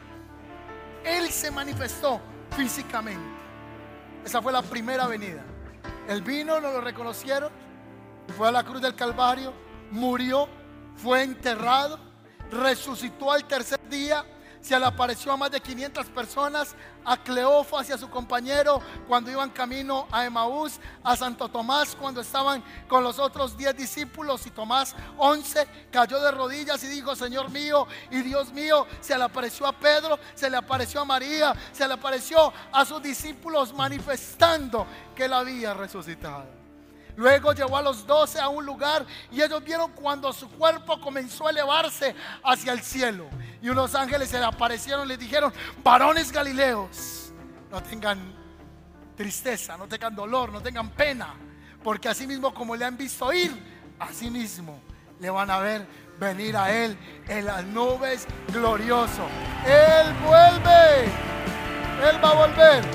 Él se manifestó físicamente. Esa fue la primera venida. Él vino, no lo reconocieron, fue a la cruz del Calvario, murió, fue enterrado, resucitó al tercer día, se le apareció a más de quinientas personas, a Cleofas y a su compañero cuando iban camino a Emaús, a Santo Tomás cuando estaban con los otros diez discípulos, y Tomás once cayó de rodillas y dijo: Señor mío y Dios mío. Se le apareció a Pedro, se le apareció a María, se le apareció a sus discípulos manifestando que Él había resucitado. Luego llevó a los doce a un lugar y ellos vieron cuando su cuerpo comenzó a elevarse hacia el cielo. Y unos ángeles se le aparecieron y les dijeron: varones galileos, no tengan tristeza, no tengan dolor, no tengan pena, porque así mismo como le han visto ir, asimismo le van a ver venir a Él en las nubes glorioso. Él vuelve, Él va a volver.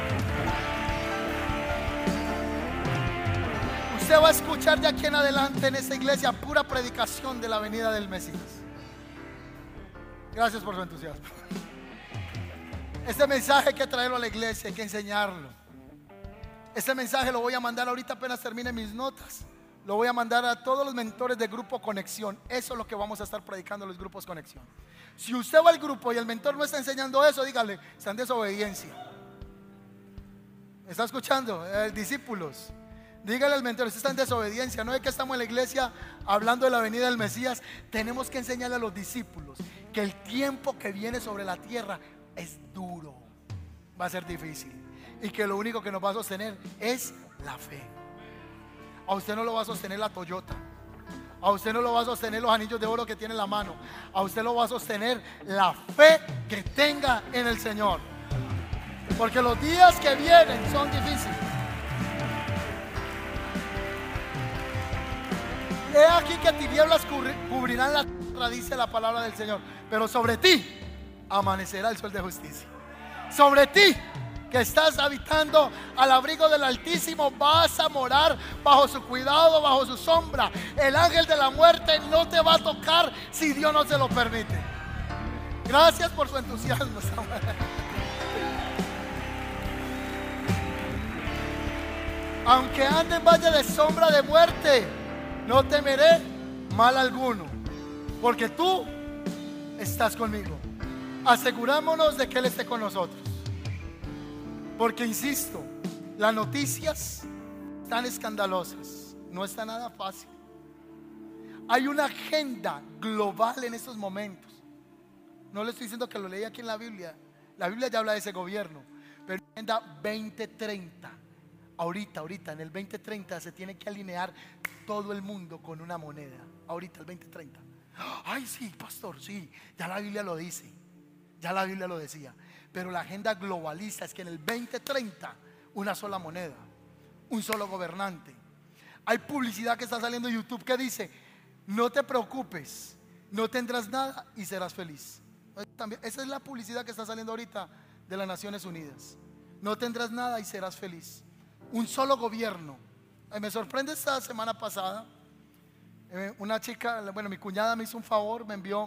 Usted va a escuchar de aquí en adelante en esta iglesia pura predicación de la venida del Mesías. Gracias por su entusiasmo. Este mensaje hay que traerlo a la iglesia, hay que enseñarlo. Este mensaje lo voy a mandar ahorita apenas termine mis notas. Lo voy a mandar a todos los mentores de Grupo Conexión. Eso es lo que vamos a estar predicando en los grupos Conexión. Si usted va al grupo y el mentor no está enseñando eso, dígale, está en desobediencia. ¿Está escuchando? Eh, discípulos, dígale al mentor, usted está en desobediencia. No es que estamos en la iglesia hablando de la venida del Mesías. Tenemos que enseñarle a los discípulos que el tiempo que viene sobre la tierra es duro, va a ser difícil, y que lo único que nos va a sostener es la fe. A usted no lo va a sostener la Toyota, a usted no lo va a sostener los anillos de oro que tiene en la mano, a usted lo va a sostener la fe que tenga en el Señor, porque los días que vienen son difíciles. He aquí que tinieblas cubrirán la tierra, dice la palabra del Señor, pero sobre ti amanecerá el sol de justicia. Sobre ti, que estás habitando al abrigo del Altísimo, vas a morar bajo su cuidado, bajo su sombra. El ángel de la muerte no te va a tocar si Dios no se lo permite. Gracias por su entusiasmo, Samuel. Aunque ande en valle de sombra de muerte, no temeré mal alguno, porque tú estás conmigo. Asegurámonos de que Él esté con nosotros. Porque insisto, las noticias están escandalosas, no está nada fácil. Hay una agenda global en estos momentos. No le estoy diciendo que lo leí aquí en la Biblia. La Biblia ya habla de ese gobierno, pero agenda veinte treinta. Ahorita, ahorita, en el veinte treinta se tiene que alinear todo el mundo con una moneda. Ahorita, el veinte treinta. Ay, sí, pastor, sí, ya la Biblia lo dice. Ya la Biblia lo decía. Pero la agenda globalista es que en el veinte treinta una sola moneda, un solo gobernante. Hay publicidad que está saliendo en YouTube que dice: no te preocupes, no tendrás nada y serás feliz. También, esa es la publicidad que está saliendo ahorita de las Naciones Unidas. No tendrás nada y serás feliz. Un solo gobierno. Eh, me sorprende esta semana pasada, eh, una chica, bueno, mi cuñada me hizo un favor, me envió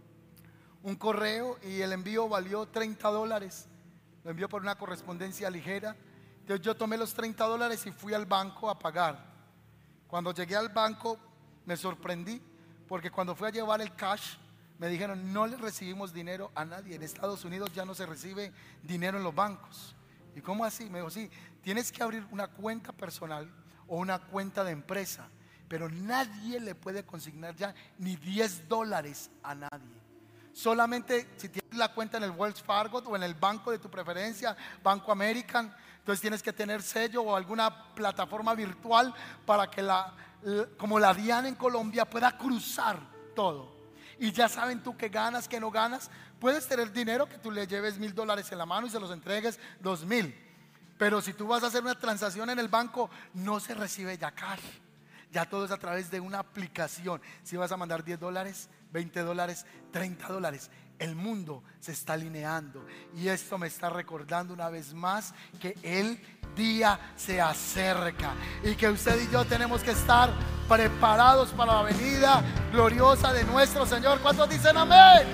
un correo y el envío valió treinta dólares. Lo envió por una correspondencia ligera. Entonces yo tomé los treinta dólares y fui al banco a pagar. Cuando llegué al banco me sorprendí, porque cuando fui a llevar el cash me dijeron: no le recibimos dinero a nadie. En Estados Unidos ya no se recibe dinero en los bancos. ¿Y cómo así? Me dijo: sí, tienes que abrir una cuenta personal o una cuenta de empresa, pero nadie le puede consignar ya ni diez dólares a nadie. Solamente si tienes la cuenta en el Wells Fargo o en el banco de tu preferencia, Banco American, entonces tienes que tener sello o alguna plataforma virtual para que la, como la DIAN en Colombia, pueda cruzar todo. Y ya saben tú que ganas, que no ganas. Puedes tener dinero que tú le lleves mil dólares en la mano y se los entregues dos mil. Pero si tú vas a hacer una transacción en el banco, no se recibe ya cash. Ya todo es a través de una aplicación. Si vas a mandar diez dólares, veinte dólares, treinta dólares, el mundo se está alineando. Y esto me está recordando una vez más que el día se acerca y que usted y yo tenemos que estar preparados para la venida gloriosa de nuestro Señor. ¿Cuántos dicen amén?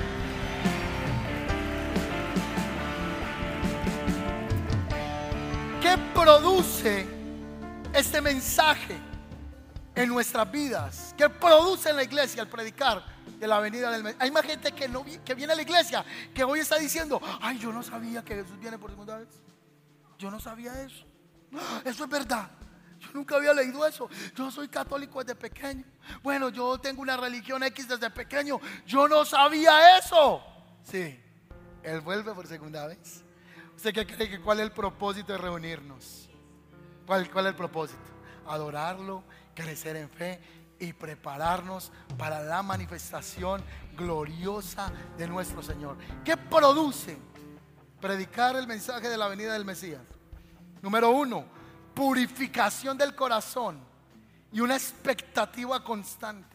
¿Qué produce este mensaje en nuestras vidas? ¿Qué produce en la iglesia al predicar de la venida del Mesías? Hay más gente que, no, que viene a la iglesia que hoy está diciendo: ay, yo no sabía que Jesús viene por segunda vez. Yo no sabía eso. Eso es verdad. Yo nunca había leído eso. Yo soy católico desde pequeño. Bueno, yo tengo una religión X desde pequeño. Yo no sabía eso. Sí, Él vuelve por segunda vez. ¿Usted qué cree que cuál es el propósito de reunirnos? ¿Cuál, cuál es el propósito? Adorarlo, crecer en fe y prepararnos para la manifestación gloriosa de nuestro Señor. ¿Qué produce predicar el mensaje de la venida del Mesías? Número uno, purificación del corazón y una expectativa constante.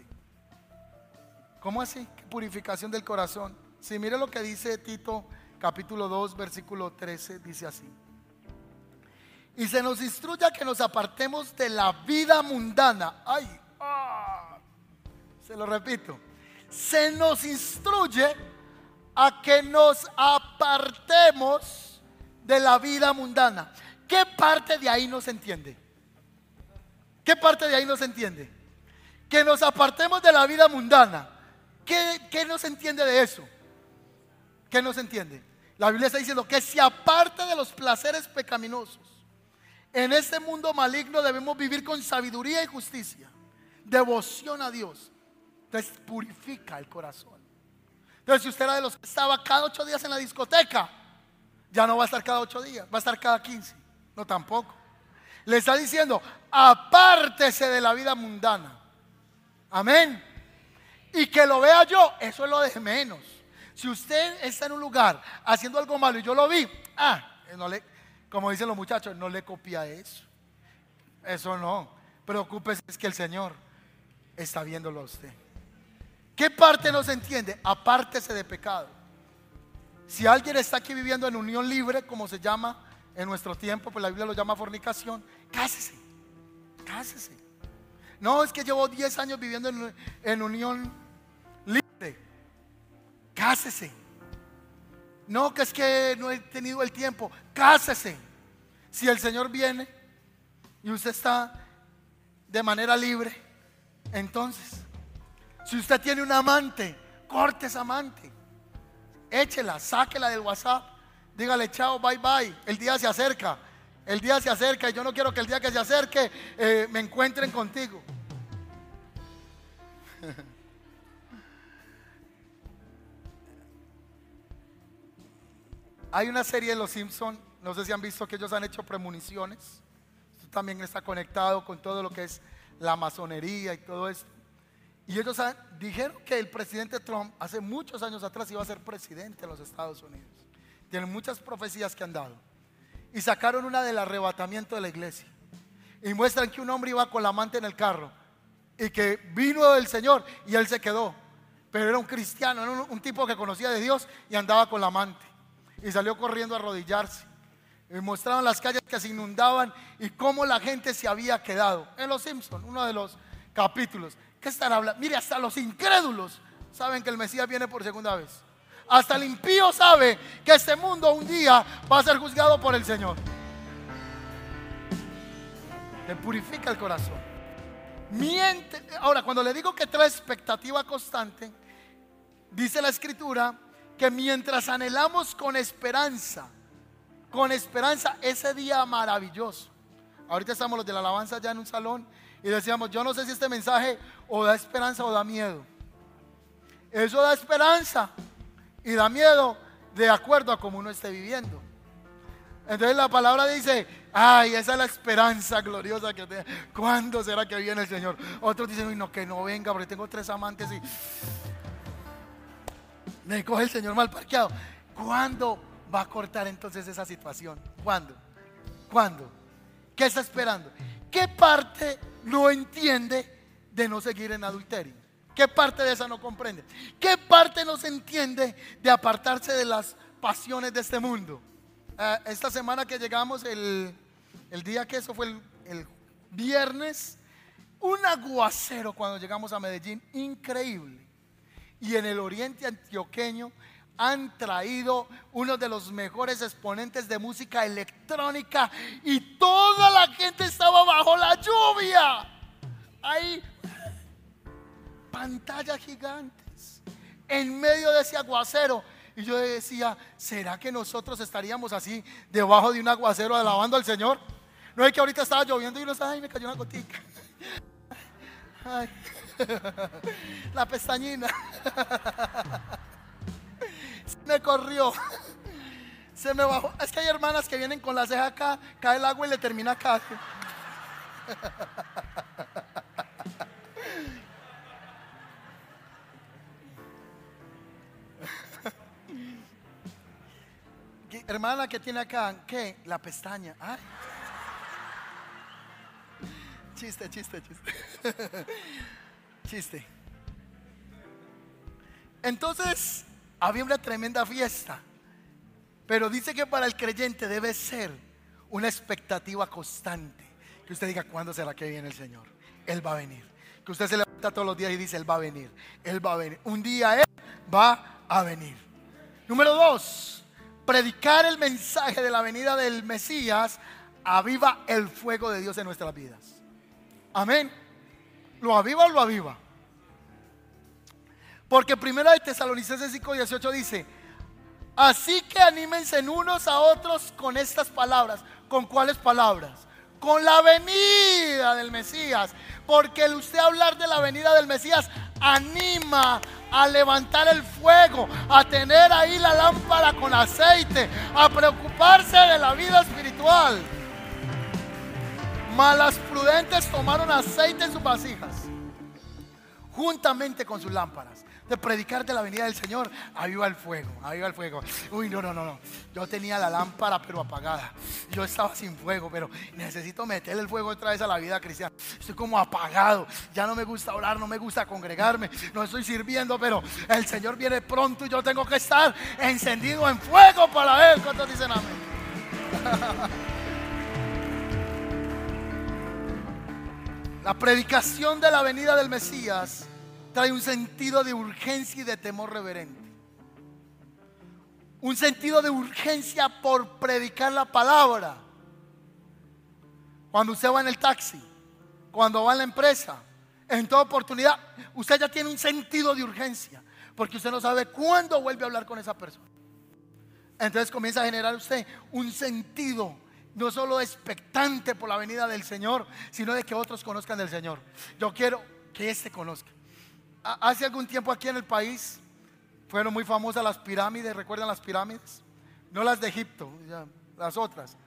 ¿Cómo así? ¿Qué purificación del corazón? Si mire lo que dice Tito capítulo dos versículo trece, dice así: y se nos instruye a que nos apartemos de la vida mundana. Ay, ah, se lo repito, se nos instruye a que nos apartemos de la vida mundana. ¿Qué parte de ahí no se entiende? ¿Qué parte de ahí no se entiende? Que nos apartemos de la vida mundana. ¿Qué, qué no se entiende de eso? ¿Qué no se entiende? La Biblia está diciendo que se aparte de los placeres pecaminosos. En este mundo maligno debemos vivir con sabiduría y justicia, devoción a Dios. Entonces purifica el corazón. Entonces, si usted era de los que estaba cada ocho días en la discoteca, ya no va a estar cada ocho días, va a estar cada quince. No, tampoco. Le está diciendo, apártese de la vida mundana. Amén. Y que lo vea yo, eso es lo de menos. Si usted está en un lugar haciendo algo malo y yo lo vi, ah, no le, como dicen los muchachos, no le copia eso. Eso no. Preocúpese, es que el Señor está viéndolo a usted. ¿Qué parte no se entiende? Apártese de pecado. Si alguien está aquí viviendo en unión libre, como se llama en nuestro tiempo, pues la Biblia lo llama fornicación, cásese, cásese. No, es que llevo diez años viviendo en, en unión libre, cásese. No, que es que no he tenido el tiempo, cásese. Si el Señor viene y usted está de manera libre, entonces, si usted tiene un amante, corte esa amante, échela, sáquela del WhatsApp, dígale chao, bye bye, el día se acerca, el día se acerca y yo no quiero que el día que se acerque eh, me encuentren contigo. Hay una serie de Los Simpson, no sé si han visto que ellos han hecho premoniciones. Esto también está conectado con todo lo que es la masonería y todo esto. Y ellos han, dijeron que el presidente Trump hace muchos años atrás iba a ser presidente de los Estados Unidos. Tienen muchas profecías que han dado. Y sacaron una del arrebatamiento de la iglesia. Y muestran que un hombre iba con la amante en el carro. Y que vino el Señor y él se quedó. Pero era un cristiano, era un, un tipo que conocía de Dios y andaba con la amante. Y salió corriendo a arrodillarse. Y mostraron las calles que se inundaban y cómo la gente se había quedado. En Los Simpson, uno de los capítulos. ¿Qué están hablando? Mire, hasta los incrédulos saben que el Mesías viene por segunda vez. Hasta el impío sabe que este mundo un día va a ser juzgado por el Señor. Le purifica el corazón. Miente. Ahora, cuando le digo que trae expectativa constante, dice la Escritura que mientras anhelamos con esperanza, con esperanza ese día maravilloso. Ahorita estamos los de la alabanza ya en un salón y decíamos, yo no sé si este mensaje o da esperanza o da miedo. Eso da esperanza y da miedo de acuerdo a cómo uno esté viviendo. Entonces la palabra dice, ay, esa es la esperanza gloriosa que tengo. ¿Cuándo será que viene el Señor? Otros dicen, uy, no, que no venga porque tengo tres amantes y me coge el Señor mal parqueado. ¿Cuándo va a cortar entonces esa situación? ¿Cuándo? ¿Cuándo? ¿Qué está esperando? ¿Qué parte no entiende de no seguir en adulterio? ¿Qué parte de esa no comprende? ¿Qué parte no se entiende de apartarse de las pasiones de este mundo? Uh, esta semana que llegamos, el, el día que eso fue el, el viernes, un aguacero cuando llegamos a Medellín, increíble. Y en el oriente antioqueño han traído uno de los mejores exponentes de música electrónica y toda la gente estaba bajo la lluvia. Hay pantallas gigantes en medio de ese aguacero. Y yo decía, ¿será que nosotros estaríamos así debajo de un aguacero alabando al Señor? No es que ahorita estaba lloviendo y uno estaba, ay, me cayó una gotica. Ay, la pestañina. Se me corrió. Se me bajó. Es que hay hermanas que vienen con la ceja acá, cae el agua y le termina acá. Hermana que tiene acá, ¿qué? La pestaña. Ay. Chiste, chiste, chiste. Chiste. Entonces, había una tremenda fiesta. Pero dice que para el creyente debe ser una expectativa constante. Que usted diga, ¿cuándo será que viene el Señor? Él va a venir. Que usted se levanta todos los días y dice, Él va a venir. Él va a venir. Un día Él va a venir. Número dos, predicar el mensaje de la venida del Mesías aviva el fuego de Dios en nuestras vidas. Amén. ¿Lo aviva o lo aviva? Porque primera de Tesalonicenses cinco dieciocho dice, así que anímense unos a otros con estas palabras. ¿Con cuáles palabras? Con la venida del Mesías. Porque el usted hablar de la venida del Mesías anima a levantar el fuego, a tener ahí la lámpara con aceite, a preocuparse de la vida espiritual. Mas las prudentes tomaron aceite en sus vasijas, juntamente con sus lámparas. De predicar de la venida del Señor, aviva el fuego, aviva el fuego. Uy, no, no, no, no. Yo tenía la lámpara pero apagada. Yo estaba sin fuego, pero necesito meterle el fuego otra vez a la vida cristiana. Estoy como apagado. Ya no me gusta orar, no me gusta congregarme. No estoy sirviendo, pero el Señor viene pronto y yo tengo que estar encendido en fuego para Él. ¿Cuántos dicen amén? La predicación de la venida del Mesías trae un sentido de urgencia y de temor reverente. Un sentido de urgencia por predicar la palabra. Cuando usted va en el taxi, cuando va en la empresa, en toda oportunidad, usted ya tiene un sentido de urgencia, porque usted no sabe cuándo vuelve a hablar con esa persona. Entonces comienza a generar usted un sentido no solo expectante por la venida del Señor, sino de que otros conozcan del Señor. Yo quiero que este conozca. Hace algún tiempo aquí en el país fueron muy famosas las pirámides. ¿Recuerdan las pirámides? No las de Egipto, ya, las otras.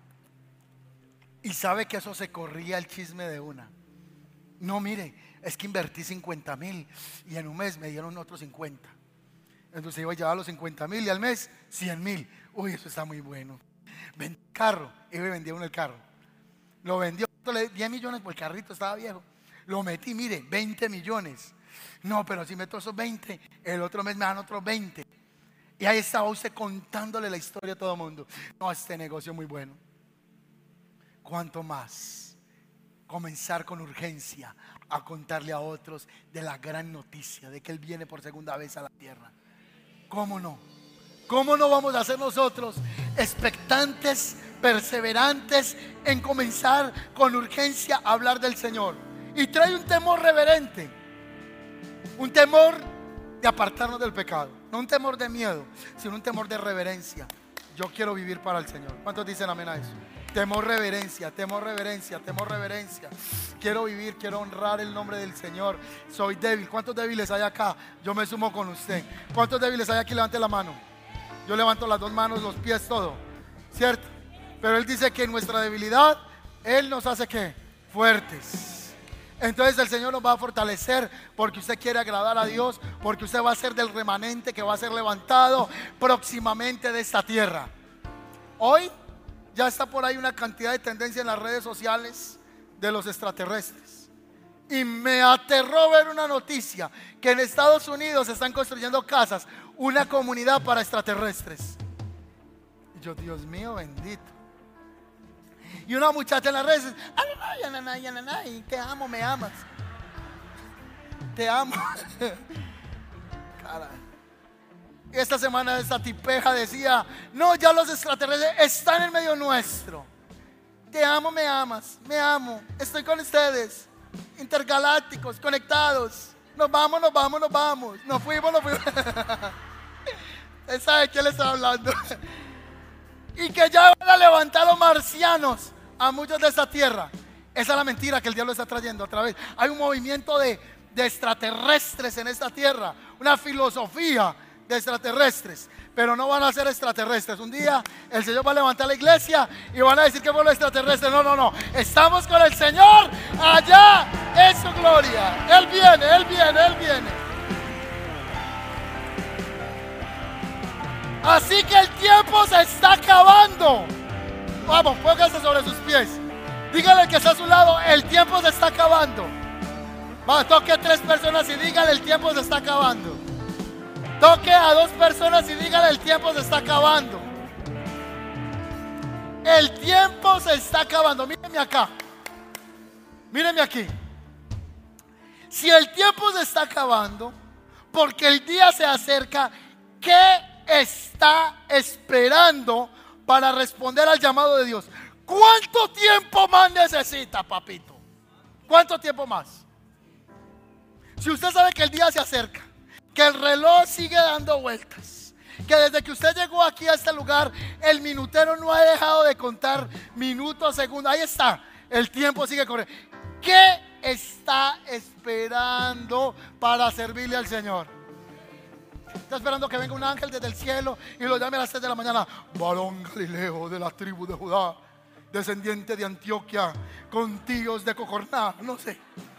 Y sabe que eso se corría el chisme de una. No, mire, es que invertí cincuenta mil y en un mes me dieron otros cincuenta. Entonces iba a llevar los cincuenta mil y al mes cien mil. Uy, eso está muy bueno. Vendí el carro, iba y vendía uno el carro. Lo vendió, diez millones por el carrito, estaba viejo. Lo metí, mire, veinte millones. No, pero si meto esos veinte, el otro mes me dan otros veinte. Y ahí estaba usted contándole la historia a todo el mundo. No, este negocio es muy bueno. ¿Cuánto más comenzar con urgencia a contarle a otros de la gran noticia de que Él viene por segunda vez a la tierra? ¿Cómo no? ¿Cómo no vamos a ser nosotros expectantes, perseverantes en comenzar con urgencia a hablar del Señor? Y trae un temor reverente. Un temor de apartarnos del pecado. No un temor de miedo, sino un temor de reverencia. Yo quiero vivir para el Señor. ¿Cuántos dicen amén a eso? Temor, reverencia, temor, reverencia, temor, reverencia. Quiero vivir, quiero honrar el nombre del Señor. Soy débil. ¿Cuántos débiles hay acá? Yo me sumo con usted. ¿Cuántos débiles hay aquí? Levante la mano. Yo levanto las dos manos, los pies, todo. ¿Cierto? Pero Él dice que en nuestra debilidad Él nos hace ¿qué? Fuertes. Entonces el Señor nos va a fortalecer porque usted quiere agradar a Dios, porque usted va a ser del remanente que va a ser levantado próximamente de esta tierra. Hoy ya está por ahí una cantidad de tendencia en las redes sociales de los extraterrestres. Y me aterró ver una noticia que en Estados Unidos están construyendo casas, una comunidad para extraterrestres. Y yo, Dios mío bendito. Y una muchacha en las redes, ay, ay, ay, ay, te amo, me amas. Te amo. Caray. Y esta semana esta tipeja decía, no, ya los extraterrestres están en medio nuestro. Te amo, me amas, me amo, estoy con ustedes, intergalácticos, conectados. Nos vamos, nos vamos, nos vamos. Nos fuimos, nos fuimos. ¿Usted sabe de qué le está hablando? Y que ya van a levantar los marcianos a muchos de esta tierra. Esa es la mentira que el diablo está trayendo otra vez. Hay un movimiento de, de extraterrestres en esta tierra, una filosofía de extraterrestres, pero no van a ser extraterrestres. Un día el Señor va a levantar la iglesia y van a decir que fue los extraterrestres. No, no, no, estamos con el Señor allá en su gloria. Él viene, Él viene, Él viene. Así que el tiempo se está acabando. Vamos, póngase sobre sus pies. Dígale al que está a su lado, el tiempo se está acabando. Va, toque a tres personas y dígale, el tiempo se está acabando. Toque a dos personas y dígale, el tiempo se está acabando. El tiempo se está acabando. Mírenme acá. Mírenme aquí. Si el tiempo se está acabando, porque el día se acerca, ¿qué está esperando para responder al llamado de Dios? ¿Cuánto tiempo más necesita, papito? ¿Cuánto tiempo más? Si usted sabe que el día se acerca, que el reloj sigue dando vueltas, que desde que usted llegó aquí a este lugar, el minutero no ha dejado de contar minutos, segundos. Ahí está, el tiempo sigue corriendo. ¿Qué está esperando para servirle al Señor? Está esperando que venga un ángel desde el cielo y lo llame a las seis de la mañana. Varón Galileo de la tribu de Judá, descendiente de Antioquia, con tíos de Cocorná, no sé.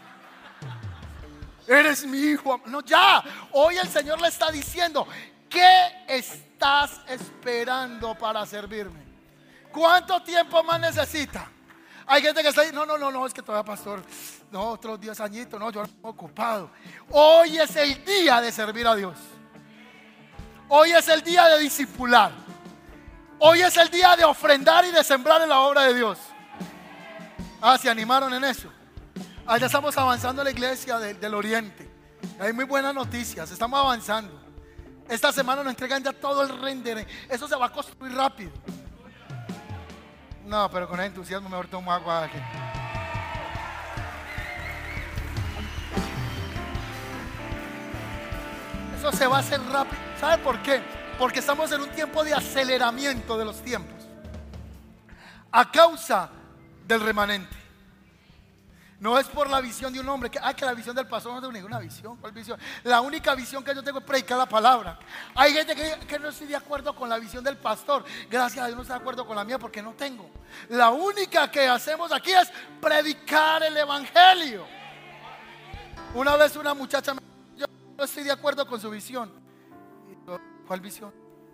Eres mi hijo. No, ya. Hoy el Señor le está diciendo, ¿qué estás esperando para servirme? ¿Cuánto tiempo más necesita? Hay gente que está ahí, no, no, no, no, es que todavía, pastor, no, otros diez añitos, no, yo no estoy ocupado. Hoy es el día de servir a Dios. Hoy es el día de discipular. Hoy es el día de ofrendar y de sembrar en la obra de Dios. Ah, se animaron en eso. Allá estamos avanzando en la iglesia de, del Oriente. Hay muy buenas noticias, estamos avanzando. Esta semana nos entregan ya todo el render. Eso se va a construir rápido. No, pero con ese entusiasmo mejor tomo agua aquí. Eso se va a hacer rápido. ¿Sabe por qué? Porque estamos en un tiempo de aceleramiento de los tiempos, a causa del remanente. No es por la visión de un hombre, que, ah, que la visión del pastor no tengo ninguna visión. ¿Cuál visión? La única visión que yo tengo es predicar la palabra. Hay gente que, que no estoy de acuerdo con la visión del pastor. Gracias a Dios no estoy de acuerdo con la mía porque no tengo. La única que hacemos aquí es predicar el evangelio. Una vez una muchacha me dijo, yo no estoy de acuerdo con su visión. Y yo, ¿cuál visión?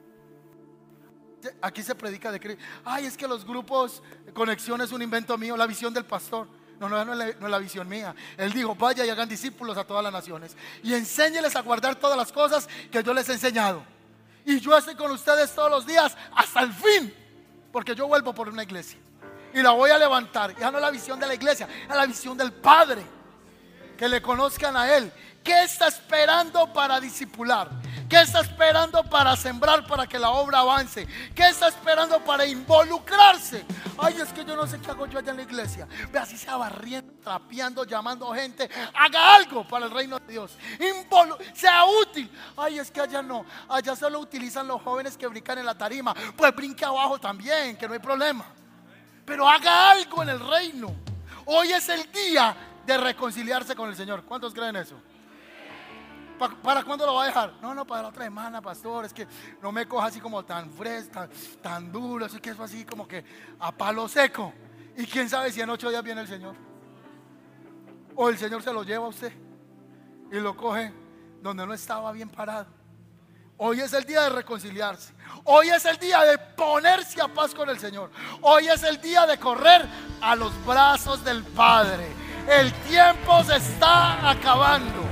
Aquí se predica de Cristo. Ay, es que los grupos, conexión es un invento mío. La visión del pastor. No, no, no es, la, no es la visión mía. Él dijo, vaya y hagan discípulos a todas las naciones y enséñeles a guardar todas las cosas que yo les he enseñado. Y yo estoy con ustedes todos los días hasta el fin, porque yo vuelvo por una iglesia y la voy a levantar. Ya no es la visión de la iglesia, es la visión del Padre. Que le conozcan a Él. ¿Qué está esperando para discipular? ¿Qué está esperando para sembrar, para que la obra avance? ¿Qué está esperando para involucrarse? Ay, es que yo no sé qué hago yo allá en la iglesia. Ve, así sea barriendo, trapeando, llamando gente. Haga algo para el reino de Dios. Involu- sea útil. Ay, es que allá no. Allá solo utilizan los jóvenes que brincan en la tarima. Pues brinque abajo también, que no hay problema. Pero haga algo en el reino. Hoy es el día de reconciliarse con el Señor. ¿Cuántos creen eso? ¿Para, ¿Para cuándo lo va a dejar? No, no, para la otra semana, pastor. Es que no me coja así como tan fresco, tan, tan duro. Así que eso así como que a palo seco. Y quién sabe si en ocho días viene el Señor. O el Señor se lo lleva a usted y lo coge donde no estaba bien parado. Hoy es el día de reconciliarse. Hoy es el día de ponerse a paz con el Señor. Hoy es el día de correr a los brazos del Padre. El tiempo se está acabando.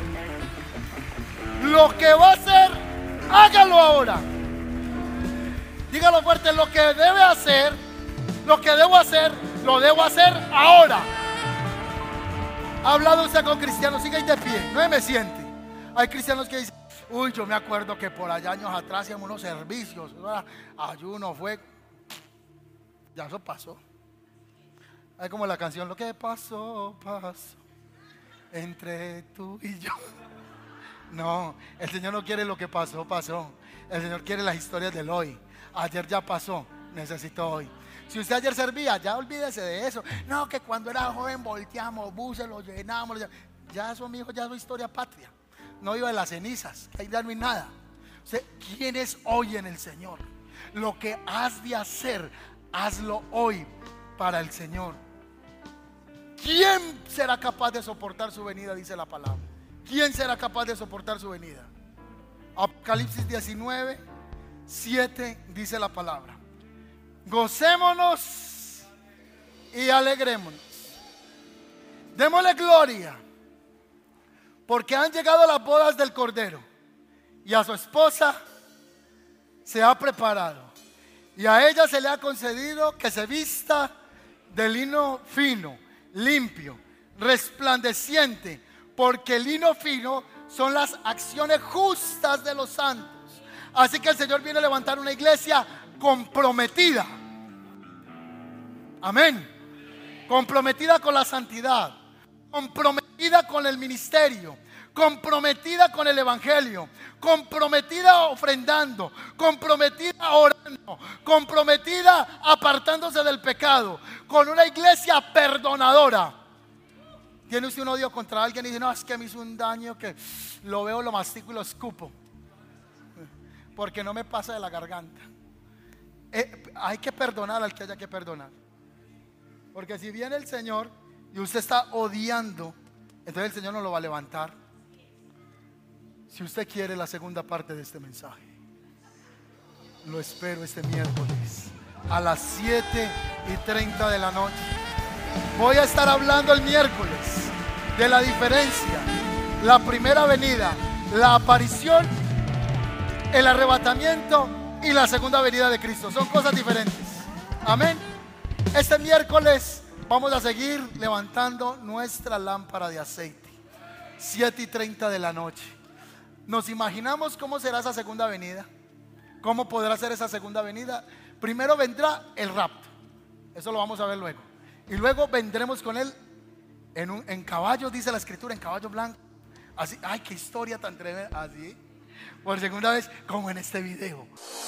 Lo que va a hacer, hágalo ahora. Dígalo fuerte, lo que debe hacer, lo que debo hacer, lo debo hacer ahora. Ha hablado usted con cristianos, siga ahí de pie, no me siente. Hay cristianos que dicen, uy, yo me acuerdo que por allá años atrás hacíamos unos servicios, ayuno, fue, ya eso pasó. Hay como la canción, lo que pasó, pasó entre tú y yo. No, el Señor no quiere lo que pasó, pasó. El Señor quiere las historias del hoy. Ayer ya pasó, necesito hoy. Si usted ayer servía, ya olvídese de eso. No, que cuando era joven volteamos buses, los llenamos. Ya eso, mi hijo, ya es historia patria. No iba de las cenizas, que ahí ya no hay nada. Usted, ¿quién es hoy en el Señor? Lo que has de hacer, hazlo hoy para el Señor. ¿Quién será capaz de soportar su venida? Dice la palabra. ¿Quién será capaz de soportar su venida? Apocalipsis diecinueve, siete dice la palabra. Gocémonos y alegrémonos. Démosle gloria, porque han llegado las bodas del Cordero, y a su esposa se ha preparado, y a ella se le ha concedido que se vista de lino fino, limpio, resplandeciente, porque el lino fino son las acciones justas de los santos. Así que el Señor viene a levantar una iglesia comprometida. Amén. Comprometida con la santidad, comprometida con el ministerio, comprometida con el evangelio, comprometida ofrendando, comprometida orando, comprometida apartándose del pecado, con una iglesia perdonadora. Tiene usted un odio contra alguien y dice: no, es que me hizo un daño que lo veo, lo mastico y lo escupo, porque no me pasa de la garganta. Eh, hay que perdonar al que haya que perdonar, porque si viene el Señor y usted está odiando, entonces el Señor no lo va a levantar. Si usted quiere la segunda parte de este mensaje, lo espero este miércoles a las siete y treinta de la noche. Voy a estar hablando el miércoles de la diferencia, la primera venida, la aparición, el arrebatamiento y la segunda venida de Cristo. Son cosas diferentes. Amén. Este miércoles vamos a seguir levantando nuestra lámpara de aceite. siete y treinta de la noche. Nos imaginamos cómo será esa segunda venida. ¿Cómo podrá ser esa segunda venida? Primero vendrá el rapto. Eso lo vamos a ver luego. Y luego vendremos con él en, un, en caballos, dice la escritura, en caballo blanco. Así, ay, qué historia tan tremenda. Así, por segunda vez, como en este video.